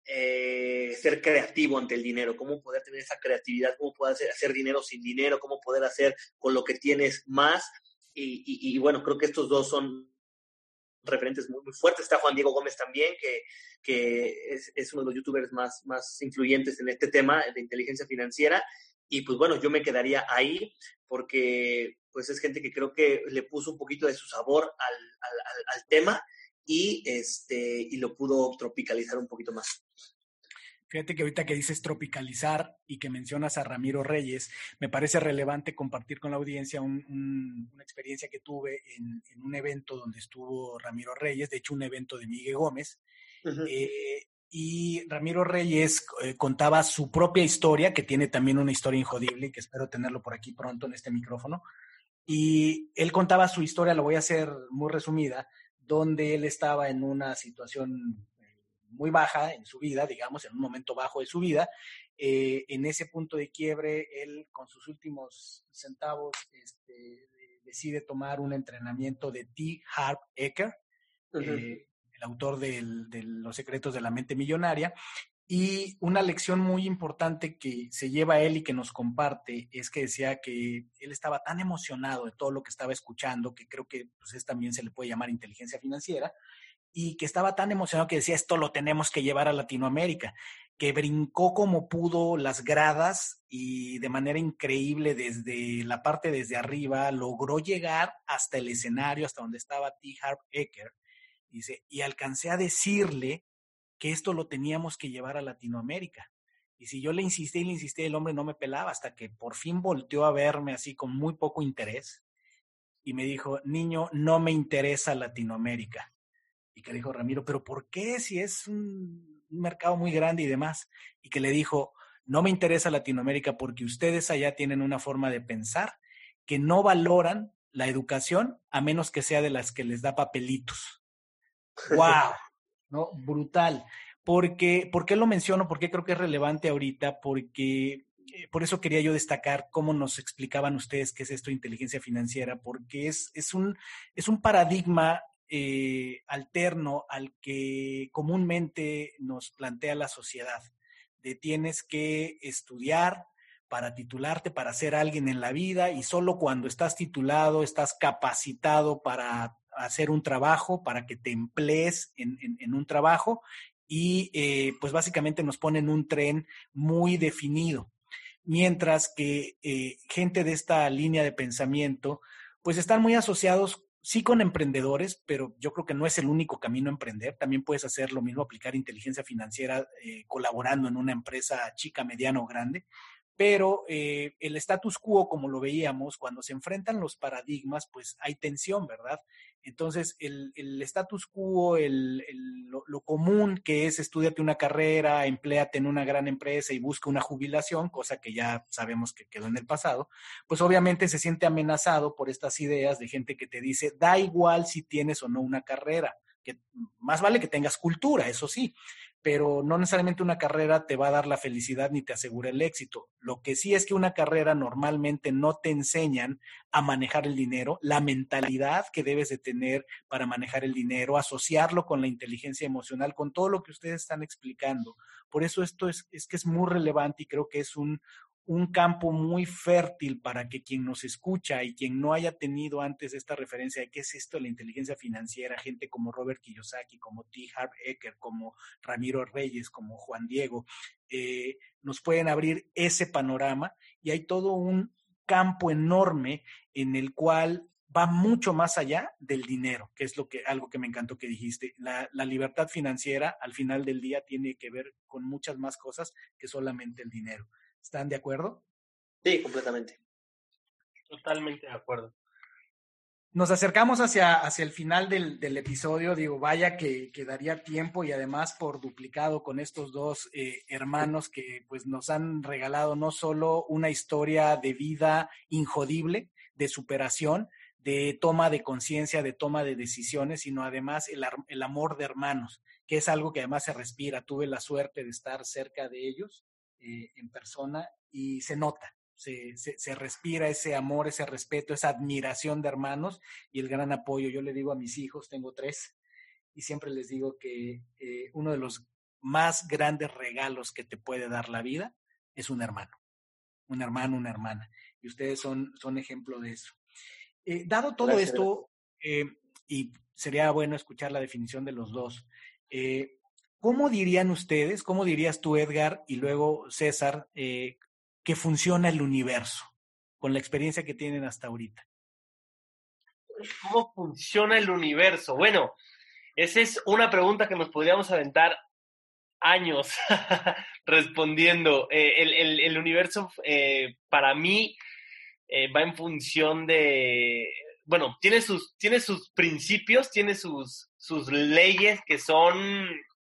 eh, ser creativo ante el dinero, cómo poder tener esa creatividad, cómo poder hacer, hacer dinero sin dinero, cómo poder hacer con lo que tienes más, y, y, y bueno, creo que estos dos son referentes muy, muy fuertes. Está Juan Diego Gómez también, que, que es, es uno de los youtubers más, más influyentes en este tema de inteligencia financiera. Y pues bueno, yo me quedaría ahí porque pues es gente que creo que le puso un poquito de su sabor al, al, al, al tema y, este, y lo pudo tropicalizar un poquito más. Fíjate que ahorita que dices tropicalizar y que mencionas a Ramiro Reyes, me parece relevante compartir con la audiencia un, un, una experiencia que tuve en, en un evento donde estuvo Ramiro Reyes, de hecho un evento de Miguel Gómez, uh-huh. eh, y Ramiro Reyes eh, contaba su propia historia, que tiene también una historia injodible y que espero tenerlo por aquí pronto en este micrófono, y él contaba su historia, lo voy a hacer muy resumida, donde él estaba en una situación muy baja en su vida, digamos, en un momento bajo de su vida. Eh, en ese punto de quiebre, él con sus últimos centavos este, decide tomar un entrenamiento de T. Harv Eker, uh-huh. eh, el autor del, de Los secretos de la mente millonaria. Y una lección muy importante que se lleva él y que nos comparte es que decía que él estaba tan emocionado de todo lo que estaba escuchando, que creo que pues, es, también se le puede llamar inteligencia financiera, y que estaba tan emocionado que decía, esto lo tenemos que llevar a Latinoamérica, que brincó como pudo las gradas y de manera increíble desde la parte desde arriba logró llegar hasta el escenario, hasta donde estaba T. Harv Eker, dice, y alcancé a decirle que esto lo teníamos que llevar a Latinoamérica. Y si yo le insistí y le insistí, el hombre no me pelaba hasta que por fin volteó a verme así con muy poco interés y me dijo, niño, no me interesa Latinoamérica. Y que le dijo Ramiro, ¿pero por qué? Si es un, un mercado muy grande y demás. Y que le dijo, no me interesa Latinoamérica porque ustedes allá tienen una forma de pensar que no valoran la educación a menos que sea de las que les da papelitos. ¡Wow! ¿No? Brutal. Porque, ¿por qué lo menciono? ¿Por qué creo que es relevante ahorita? Porque eh, por eso quería yo destacar cómo nos explicaban ustedes qué es esto de inteligencia financiera, porque es, es, un, es un paradigma Eh, alterno al que comúnmente nos plantea la sociedad, de tienes que estudiar para titularte, para ser alguien en la vida, y solo cuando estás titulado estás capacitado para hacer un trabajo, para que te emplees en, en, en un trabajo, y eh, pues básicamente nos ponen un tren muy definido, mientras que eh, gente de esta línea de pensamiento pues están muy asociados sí con emprendedores, pero yo creo que no es el único camino a emprender. También puedes hacer lo mismo, aplicar inteligencia financiera eh, colaborando en una empresa chica, mediana o grande. Pero eh, el status quo, como lo veíamos, cuando se enfrentan los paradigmas, pues hay tensión, ¿verdad? Entonces, el, el status quo, el, el, lo, lo común que es estúdiate una carrera, empléate en una gran empresa y busca una jubilación, cosa que ya sabemos que quedó en el pasado, pues obviamente se siente amenazado por estas ideas de gente que te dice, da igual si tienes o no una carrera, que más vale que tengas cultura, eso sí, pero no necesariamente una carrera te va a dar la felicidad ni te asegura el éxito. Lo que sí es que una carrera normalmente no te enseñan a manejar el dinero, la mentalidad que debes de tener para manejar el dinero, asociarlo con la inteligencia emocional, con todo lo que ustedes están explicando. Por eso esto es, es que es muy relevante y creo que es un, un campo muy fértil para que quien nos escucha y quien no haya tenido antes esta referencia de qué es esto de la inteligencia financiera, gente como Robert Kiyosaki, como T. Harv Eker, como Ramiro Reyes, como Juan Diego, eh, nos pueden abrir ese panorama y hay todo un campo enorme en el cual va mucho más allá del dinero, que es lo que, algo que me encantó que dijiste. La, la libertad financiera al final del día tiene que ver con muchas más cosas que solamente el dinero. ¿Están de acuerdo? Sí, completamente. Totalmente de acuerdo. Nos acercamos hacia, hacia el final del, del episodio. Digo, vaya que, que daría tiempo, y además por duplicado con estos dos eh, hermanos que pues nos han regalado no solo una historia de vida injodible, de superación, de toma de conciencia, de toma de decisiones, sino además el, el amor de hermanos, que es algo que además se respira. Tuve la suerte de estar cerca de ellos eh, en persona y se nota. Se, se, se respira ese amor, ese respeto, esa admiración de hermanos y el gran apoyo. Yo le digo a mis hijos, tengo tres, y siempre les digo que eh, uno de los más grandes regalos que te puede dar la vida es un hermano, un hermano, una hermana. Y ustedes son, son ejemplo de eso. Eh, dado todo Gracias. esto, eh, y sería bueno escuchar la definición de los dos, eh, ¿cómo dirían ustedes, cómo dirías tú, Edgar, y luego César, eh, que funciona el universo, con la experiencia que tienen hasta ahorita? ¿Cómo funciona el universo? Bueno, esa es una pregunta que nos podríamos aventar años respondiendo. Eh, el, el, el universo, eh, para mí, eh, va en función de... Bueno, tiene sus, tiene sus principios, tiene sus, sus leyes que son...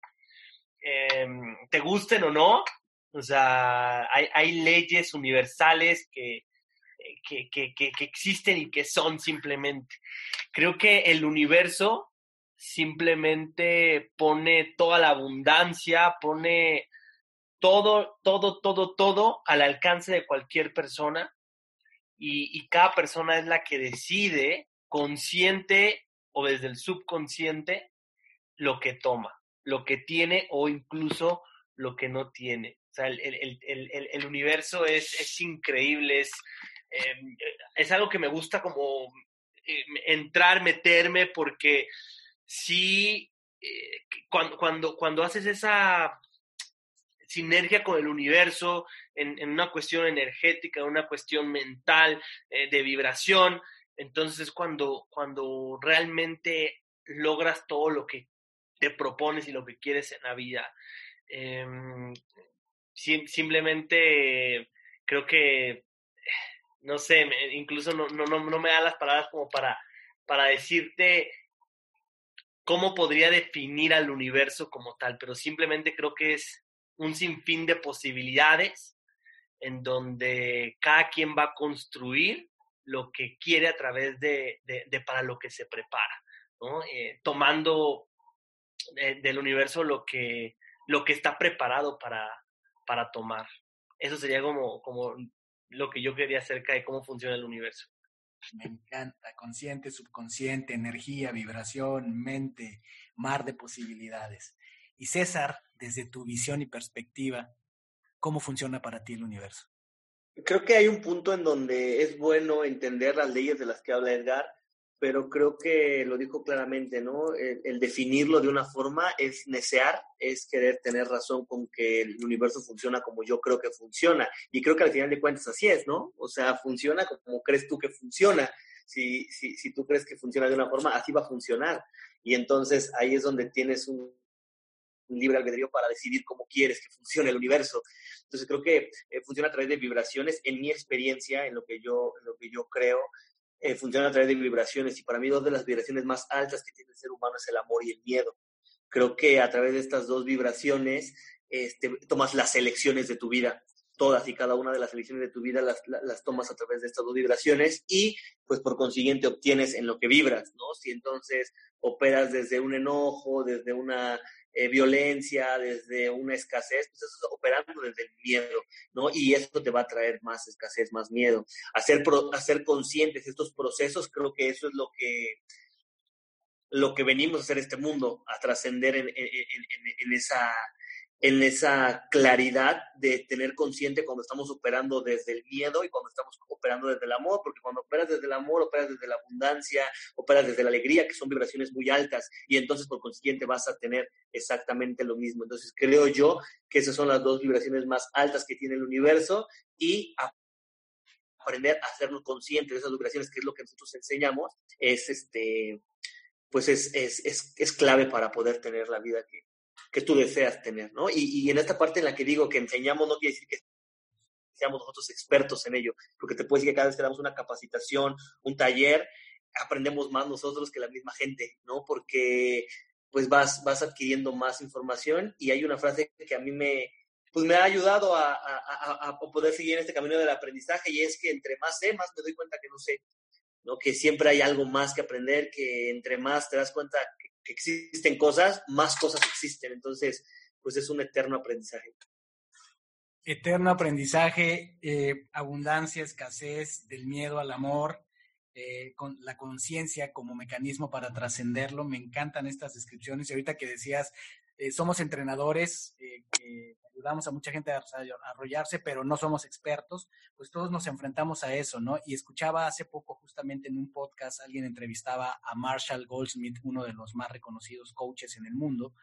Eh, te gusten o no. O sea, hay, hay leyes universales que, que, que, que, que existen y que son simplemente. Creo que el universo simplemente pone toda la abundancia, pone todo, todo, todo, todo al alcance de cualquier persona, y, y cada persona es la que decide, consciente o desde el subconsciente, lo que toma, lo que tiene o incluso lo que no tiene. O sea, el, el, el, el, el universo es, es increíble, es, eh, es algo que me gusta como eh, entrar, meterme, porque sí, eh, cuando, cuando, cuando haces esa sinergia con el universo en, en una cuestión energética, en una cuestión mental, eh, de vibración, entonces es cuando, cuando realmente logras todo lo que te propones y lo que quieres en la vida. Eh, sim, simplemente creo que, no sé, me, incluso no, no, no me da las palabras como para, para decirte cómo podría definir al universo como tal, pero simplemente creo que es un sinfín de posibilidades en donde cada quien va a construir lo que quiere a través de, de, de para lo que se prepara, ¿no? Eh, tomando de, del universo lo que, lo que está preparado para, para tomar. Eso sería como, como lo que yo quería acerca de cómo funciona el universo. Me encanta, consciente, subconsciente, energía, vibración, mente, mar de posibilidades. Y César, desde tu visión y perspectiva, ¿cómo funciona para ti el universo? Creo que hay un punto en donde es bueno entender las leyes de las que habla Edgar, pero creo que lo dijo claramente, ¿no? El, el definirlo de una forma es necear, es querer tener razón con que el universo funciona como yo creo que funciona. Y creo que al final de cuentas así es, ¿no? O sea, funciona como crees tú que funciona. Si, si, si tú crees que funciona de una forma, así va a funcionar. Y entonces ahí es donde tienes un libre albedrío para decidir cómo quieres que funcione el universo. Entonces creo que eh, funciona a través de vibraciones. En mi experiencia, en lo que yo, en lo que yo creo, eh, funciona a través de vibraciones, y para mí dos de las vibraciones más altas que tiene el ser humano es el amor y el miedo. Creo que a través de estas dos vibraciones este, tomas las elecciones de tu vida. Todas y cada una de las elecciones de tu vida las, las, las tomas a través de estas dos vibraciones, y pues por consiguiente obtienes en lo que vibras, ¿no? Si entonces operas desde un enojo, desde una eh, violencia, desde una escasez, pues estás operando desde el miedo, ¿no? Y eso te va a traer más escasez, más miedo. Hacer, pro, hacer conscientes estos procesos, creo que eso es lo que lo que venimos a hacer este mundo, a trascender en, en, en, en esa en esa claridad de tener consciente cuando estamos operando desde el miedo y cuando estamos operando desde el amor, porque cuando operas desde el amor, operas desde la abundancia, operas desde la alegría, que son vibraciones muy altas, y entonces por consiguiente vas a tener exactamente lo mismo. Entonces creo yo que esas son las dos vibraciones más altas que tiene el universo, y a aprender a hacernos conscientes de esas vibraciones, que es lo que nosotros enseñamos, es, este, pues es, es, es, es clave para poder tener la vida que, que tú deseas tener, ¿no? Y, y en esta parte en la que digo que enseñamos, no quiere decir que seamos nosotros expertos en ello, porque te puedo decir que cada vez que damos una capacitación, un taller, aprendemos más nosotros que la misma gente, ¿no? Porque pues vas, vas adquiriendo más información, y hay una frase que a mí me, pues me ha ayudado a, a, a, a poder seguir en este camino del aprendizaje, y es que entre más sé, más me doy cuenta que no sé, ¿no? Que siempre hay algo más que aprender, que entre más te das cuenta que, que existen cosas, más cosas existen. Entonces, pues es un eterno aprendizaje. Eterno aprendizaje, eh, abundancia, escasez, del miedo al amor, eh, con la conciencia como mecanismo para trascenderlo. Me encantan estas descripciones. Y ahorita que decías, eh, somos entrenadores, eh, que ayudamos a mucha gente a desarrollarse, pero no somos expertos, pues todos nos enfrentamos a eso, ¿no? Y escuchaba hace poco justamente en un podcast, alguien entrevistaba a Marshall Goldsmith, uno de los más reconocidos coaches en el mundo,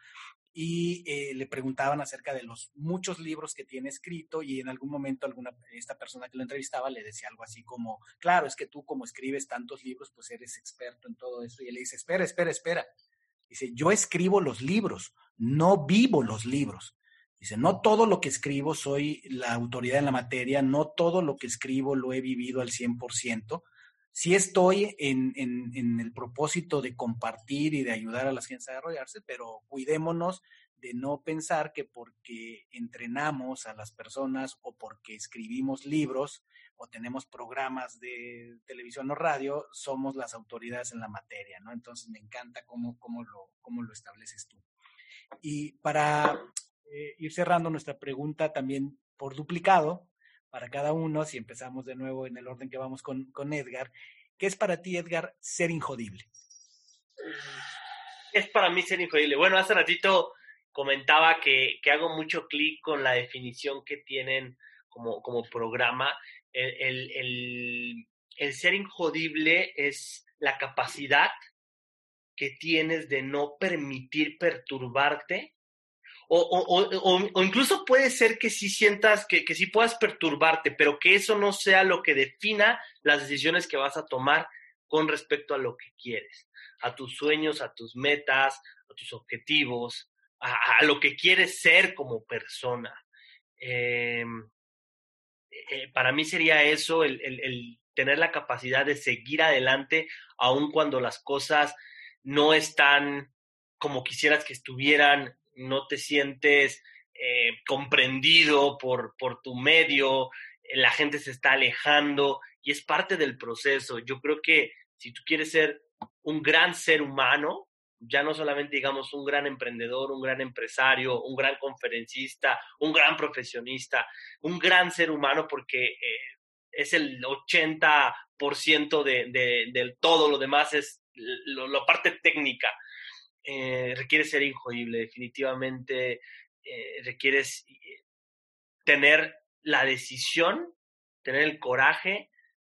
y eh, le preguntaban acerca de los muchos libros que tiene escrito, y en algún momento alguna esta persona que lo entrevistaba le decía algo así como, claro, es que tú como escribes tantos libros, pues eres experto en todo eso. Y él le dice, espera, espera, espera. Dice, yo escribo los libros, no vivo los libros. Dice, no todo lo que escribo soy la autoridad en la materia, no todo lo que escribo lo he vivido al cien por ciento. Sí estoy en, en, en el propósito de compartir y de ayudar a la gente a desarrollarse, pero cuidémonos de no pensar que porque entrenamos a las personas o porque escribimos libros o tenemos programas de televisión o radio, somos las autoridades en la materia, ¿no? Entonces me encanta cómo, cómo, lo, cómo lo estableces tú. Y para eh, ir cerrando nuestra pregunta también por duplicado, para cada uno, si empezamos de nuevo en el orden que vamos con, con Edgar, ¿qué es para ti, Edgar, ser injodible? Es para mí ser injodible. Bueno, hace ratito comentaba que, que hago mucho clic con la definición que tienen como, como programa. El, el, el, el ser injodible es la capacidad que tienes de no permitir perturbarte. O, o, o, o incluso puede ser que sí sientas que, que sí puedas perturbarte, pero que eso no sea lo que defina las decisiones que vas a tomar con respecto a lo que quieres, a tus sueños, a tus metas, a tus objetivos, a, a lo que quieres ser como persona. Eh, eh, para mí sería eso, el, el, el tener la capacidad de seguir adelante, aun cuando las cosas no están como quisieras que estuvieran, no te sientes eh, comprendido por, por tu medio, la gente se está alejando y es parte del proceso. Yo creo que si tú quieres ser un gran ser humano, ya no solamente digamos un gran emprendedor, un gran empresario, un gran conferencista, un gran profesionista, un gran ser humano, porque eh, es el ochenta por ciento de, de, de todo lo demás, es lo, la parte técnica. Eh, requiere ser injodible, definitivamente eh, requieres tener la decisión, tener el coraje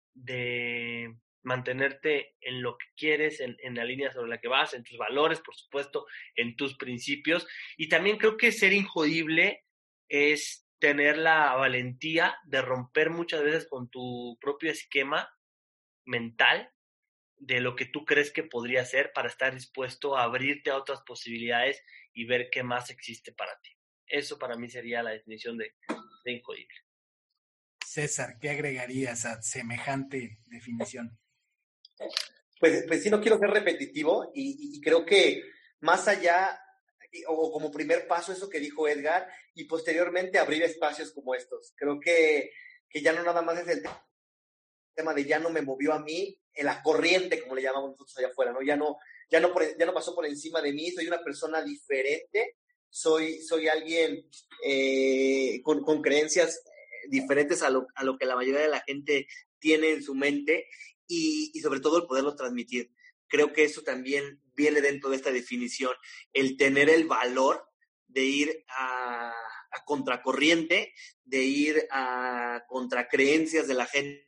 de mantenerte en lo que quieres, en, en la línea sobre la que vas, en tus valores, por supuesto, en tus principios. Y también creo que ser injodible es tener la valentía de romper muchas veces con tu propio esquema mental de lo que tú crees que podría ser, para estar dispuesto a abrirte a otras posibilidades y ver qué más existe para ti. Eso para mí sería la definición de, de injodible. César, ¿qué agregarías a semejante definición? Pues, pues sí, no quiero ser repetitivo y, y creo que más allá, o como primer paso, eso que dijo Edgar, y posteriormente abrir espacios como estos. Creo que, que ya no nada más es el tema de ya no me movió a mí en la corriente, como le llamamos nosotros allá afuera, ¿no? Ya no, ya no, por, ya no pasó por encima de mí, soy una persona diferente, soy, soy alguien eh, con, con creencias diferentes a lo, a lo que la mayoría de la gente tiene en su mente, y, y sobre todo el poderlo transmitir. Creo que eso también viene dentro de esta definición, el tener el valor de ir a, a contracorriente, de ir a contracreencias de la gente,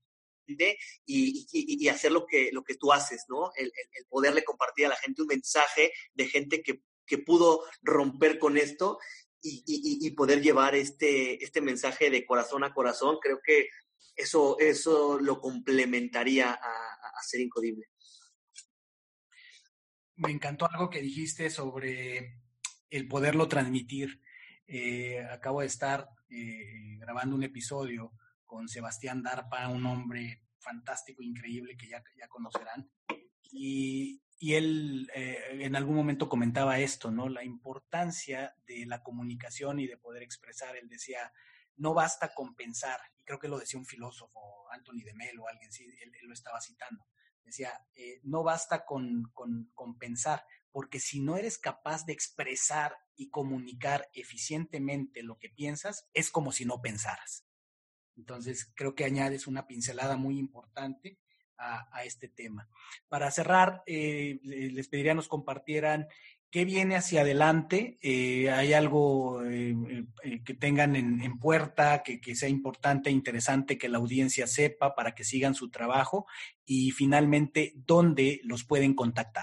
Y, y, y hacer lo que, lo que tú haces, ¿no? El, el, el poderle compartir a la gente un mensaje de gente que, que pudo romper con esto y, y, y poder llevar este, este mensaje de corazón a corazón. Creo que eso, eso lo complementaría a, a ser incodible. Me encantó algo que dijiste sobre el poderlo transmitir. Eh, acabo de estar eh, grabando un episodio con Sebastián Darpa, un hombre fantástico, increíble, que ya, ya conocerán. Y, y él eh, en algún momento comentaba esto, ¿no? La importancia de la comunicación y de poder expresar. Él decía, no basta con pensar, y creo que lo decía un filósofo, Anthony de Melo o alguien, sí, él, él lo estaba citando. Decía, eh, no basta con, con, con pensar, porque si no eres capaz de expresar y comunicar eficientemente lo que piensas, es como si no pensaras. Entonces, creo que añades una pincelada muy importante a, a este tema. Para cerrar, eh, les pediría nos compartieran qué viene hacia adelante. Eh, ¿Hay algo eh, eh, que tengan en, en puerta, que, que sea importante e interesante que la audiencia sepa para que sigan su trabajo? Y finalmente, ¿dónde los pueden contactar?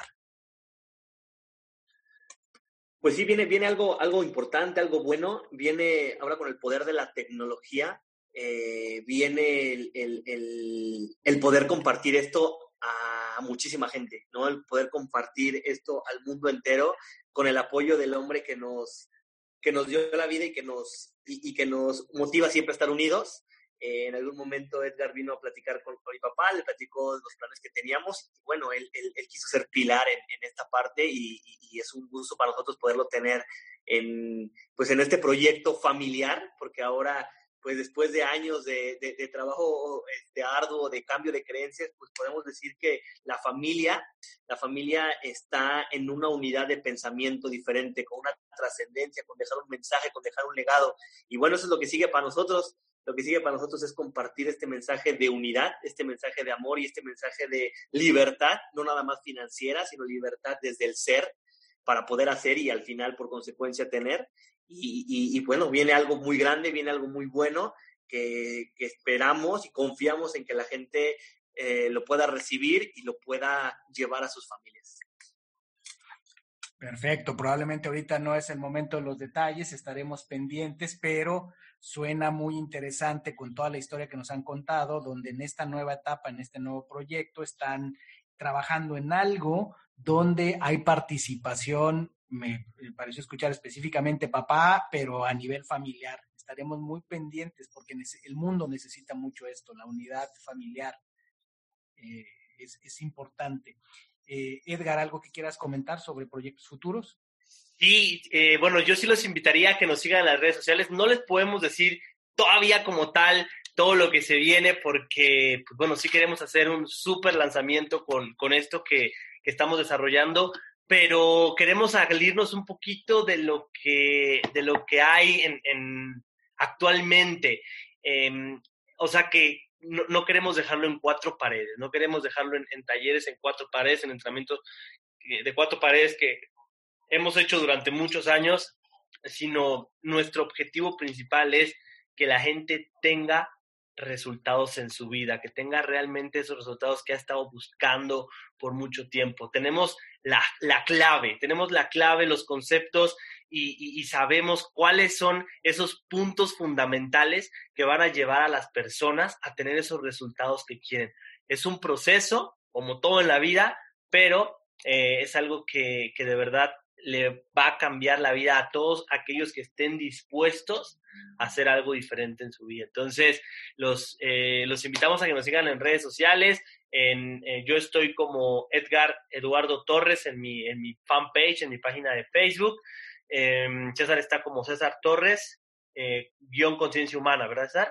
Pues sí, viene, viene algo, algo importante, algo bueno. Viene ahora con el poder de la tecnología. Eh, viene el, el, el, el poder compartir esto a muchísima gente, ¿no? El poder compartir esto al mundo entero con el apoyo del hombre que nos, que nos dio la vida y que nos, y, y que nos motiva siempre a estar unidos. Eh, en algún momento Edgar vino a platicar con, con mi papá, le platicó los planes que teníamos y bueno, él, él, él quiso ser pilar en, en esta parte y, y, y es un gusto para nosotros poderlo tener en, pues en este proyecto familiar, porque ahora pues después de años de, de, de trabajo este, arduo, de cambio de creencias, pues podemos decir que la familia, la familia está en una unidad de pensamiento diferente, con una trascendencia, con dejar un mensaje, con dejar un legado. Y bueno, eso es lo que sigue para nosotros. Lo que sigue para nosotros es compartir este mensaje de unidad, este mensaje de amor y este mensaje de libertad, no nada más financiera, sino libertad desde el ser, para poder hacer y al final, por consecuencia, tener. Y, y, y bueno, viene algo muy grande, viene algo muy bueno que, que esperamos y confiamos en que la gente eh, lo pueda recibir y lo pueda llevar a sus familias. Perfecto, probablemente ahorita no es el momento de los detalles, estaremos pendientes, pero suena muy interesante con toda la historia que nos han contado, donde en esta nueva etapa, en este nuevo proyecto, están trabajando en algo donde hay participación, me pareció escuchar específicamente papá, pero a nivel familiar. Estaremos muy pendientes porque el mundo necesita mucho esto, la unidad familiar eh, es, es importante. Eh, Edgar, ¿algo que quieras comentar sobre proyectos futuros? Sí, eh, bueno, yo sí los invitaría a que nos sigan en las redes sociales. No les podemos decir todavía como tal todo lo que se viene porque, pues bueno, sí queremos hacer un súper lanzamiento con, con esto que, que estamos desarrollando, pero queremos salirnos un poquito de lo que, de lo que hay en, en actualmente. Eh, o sea que no, no queremos dejarlo en cuatro paredes, no queremos dejarlo en, en talleres en cuatro paredes, en entrenamientos de cuatro paredes que hemos hecho durante muchos años, sino nuestro objetivo principal es que la gente tenga resultados en su vida, que tenga realmente esos resultados que ha estado buscando por mucho tiempo. Tenemos la, la clave, tenemos la clave, los conceptos y, y, y sabemos cuáles son esos puntos fundamentales que van a llevar a las personas a tener esos resultados que quieren. Es un proceso, como todo en la vida, pero eh, es algo que, que de verdad le va a cambiar la vida a todos aquellos que estén dispuestos a hacer algo diferente en su vida. Entonces, los, eh, los invitamos a que nos sigan en redes sociales. En, eh, yo estoy como Edgar Eduardo Torres en mi, en mi fanpage, en mi página de Facebook. Eh, César está como César Torres, eh, guión Conciencia Humana, ¿verdad, César?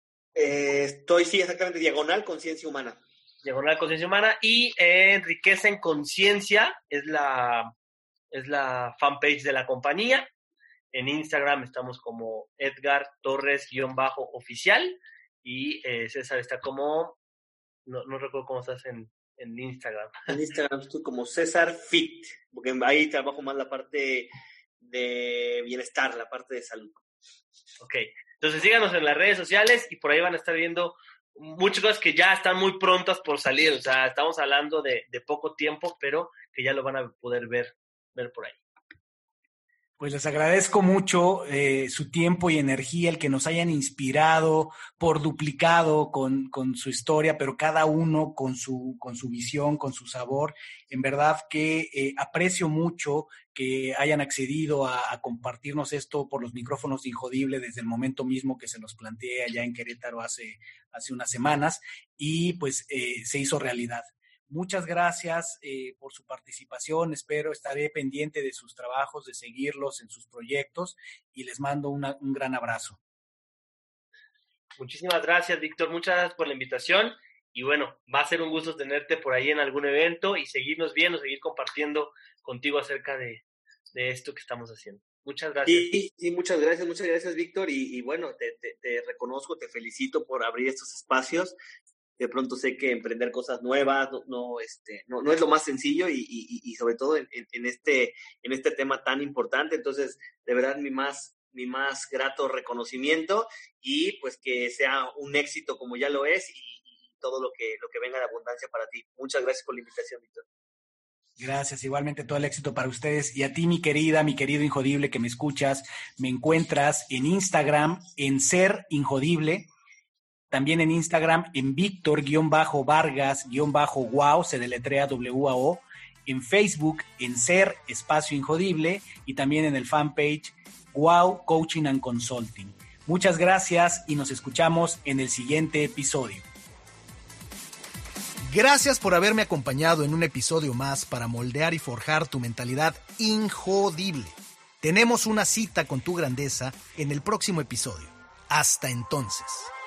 Eh, estoy, sí, exactamente, diagonal Conciencia Humana. Diagonal Conciencia Humana. Y eh, Riqueza en Conciencia es la... es la fanpage de la compañía. En Instagram estamos como Edgar Torres-oficial y eh, César está como, no, no recuerdo cómo estás en, en Instagram. En Instagram estoy como César Fit, porque ahí trabajo más la parte de bienestar, la parte de salud. Ok, entonces síganos en las redes sociales y por ahí van a estar viendo muchas cosas que ya están muy prontas por salir. O sea, estamos hablando de, de poco tiempo, pero que ya lo van a poder ver, ver por ahí. Pues les agradezco mucho eh, su tiempo y energía, el que nos hayan inspirado por duplicado con, con su historia, pero cada uno con su, con su visión, con su sabor. En verdad que eh, aprecio mucho que hayan accedido a, a compartirnos esto por los micrófonos de Injodible desde el momento mismo que se los planteé allá en Querétaro hace, hace unas semanas y pues eh, se hizo realidad. Muchas gracias eh, por su participación. Espero estaré pendiente de sus trabajos, de seguirlos en sus proyectos y les mando una, un gran abrazo. Muchísimas gracias, Víctor. Muchas gracias por la invitación. Y bueno, va a ser un gusto tenerte por ahí en algún evento y seguirnos viendo, seguir compartiendo contigo acerca de, de esto que estamos haciendo. Muchas gracias. Sí, sí, muchas gracias, muchas gracias, Víctor. Y, y bueno, te, te, te reconozco, te felicito por abrir estos espacios. De pronto sé que emprender cosas nuevas no, no, este, no, no es lo más sencillo y, y, y sobre todo en, en, este, en este tema tan importante. Entonces, de verdad, mi más, mi más grato reconocimiento y pues que sea un éxito como ya lo es y, y todo lo que, lo que venga de abundancia para ti. Muchas gracias por la invitación, Víctor. Gracias, igualmente todo el éxito para ustedes. Y a ti, mi querida, mi querido Injodible que me escuchas, me encuentras en Instagram en Ser Injodible. También en Instagram en Víctor-Vargas-Wow, se deletrea W A O, en Facebook en Ser Espacio Injodible y también en el fanpage Wow Coaching and Consulting. Muchas gracias y nos escuchamos en el siguiente episodio. Gracias por haberme acompañado en un episodio más para moldear y forjar tu mentalidad injodible. Tenemos una cita con tu grandeza en el próximo episodio. Hasta entonces.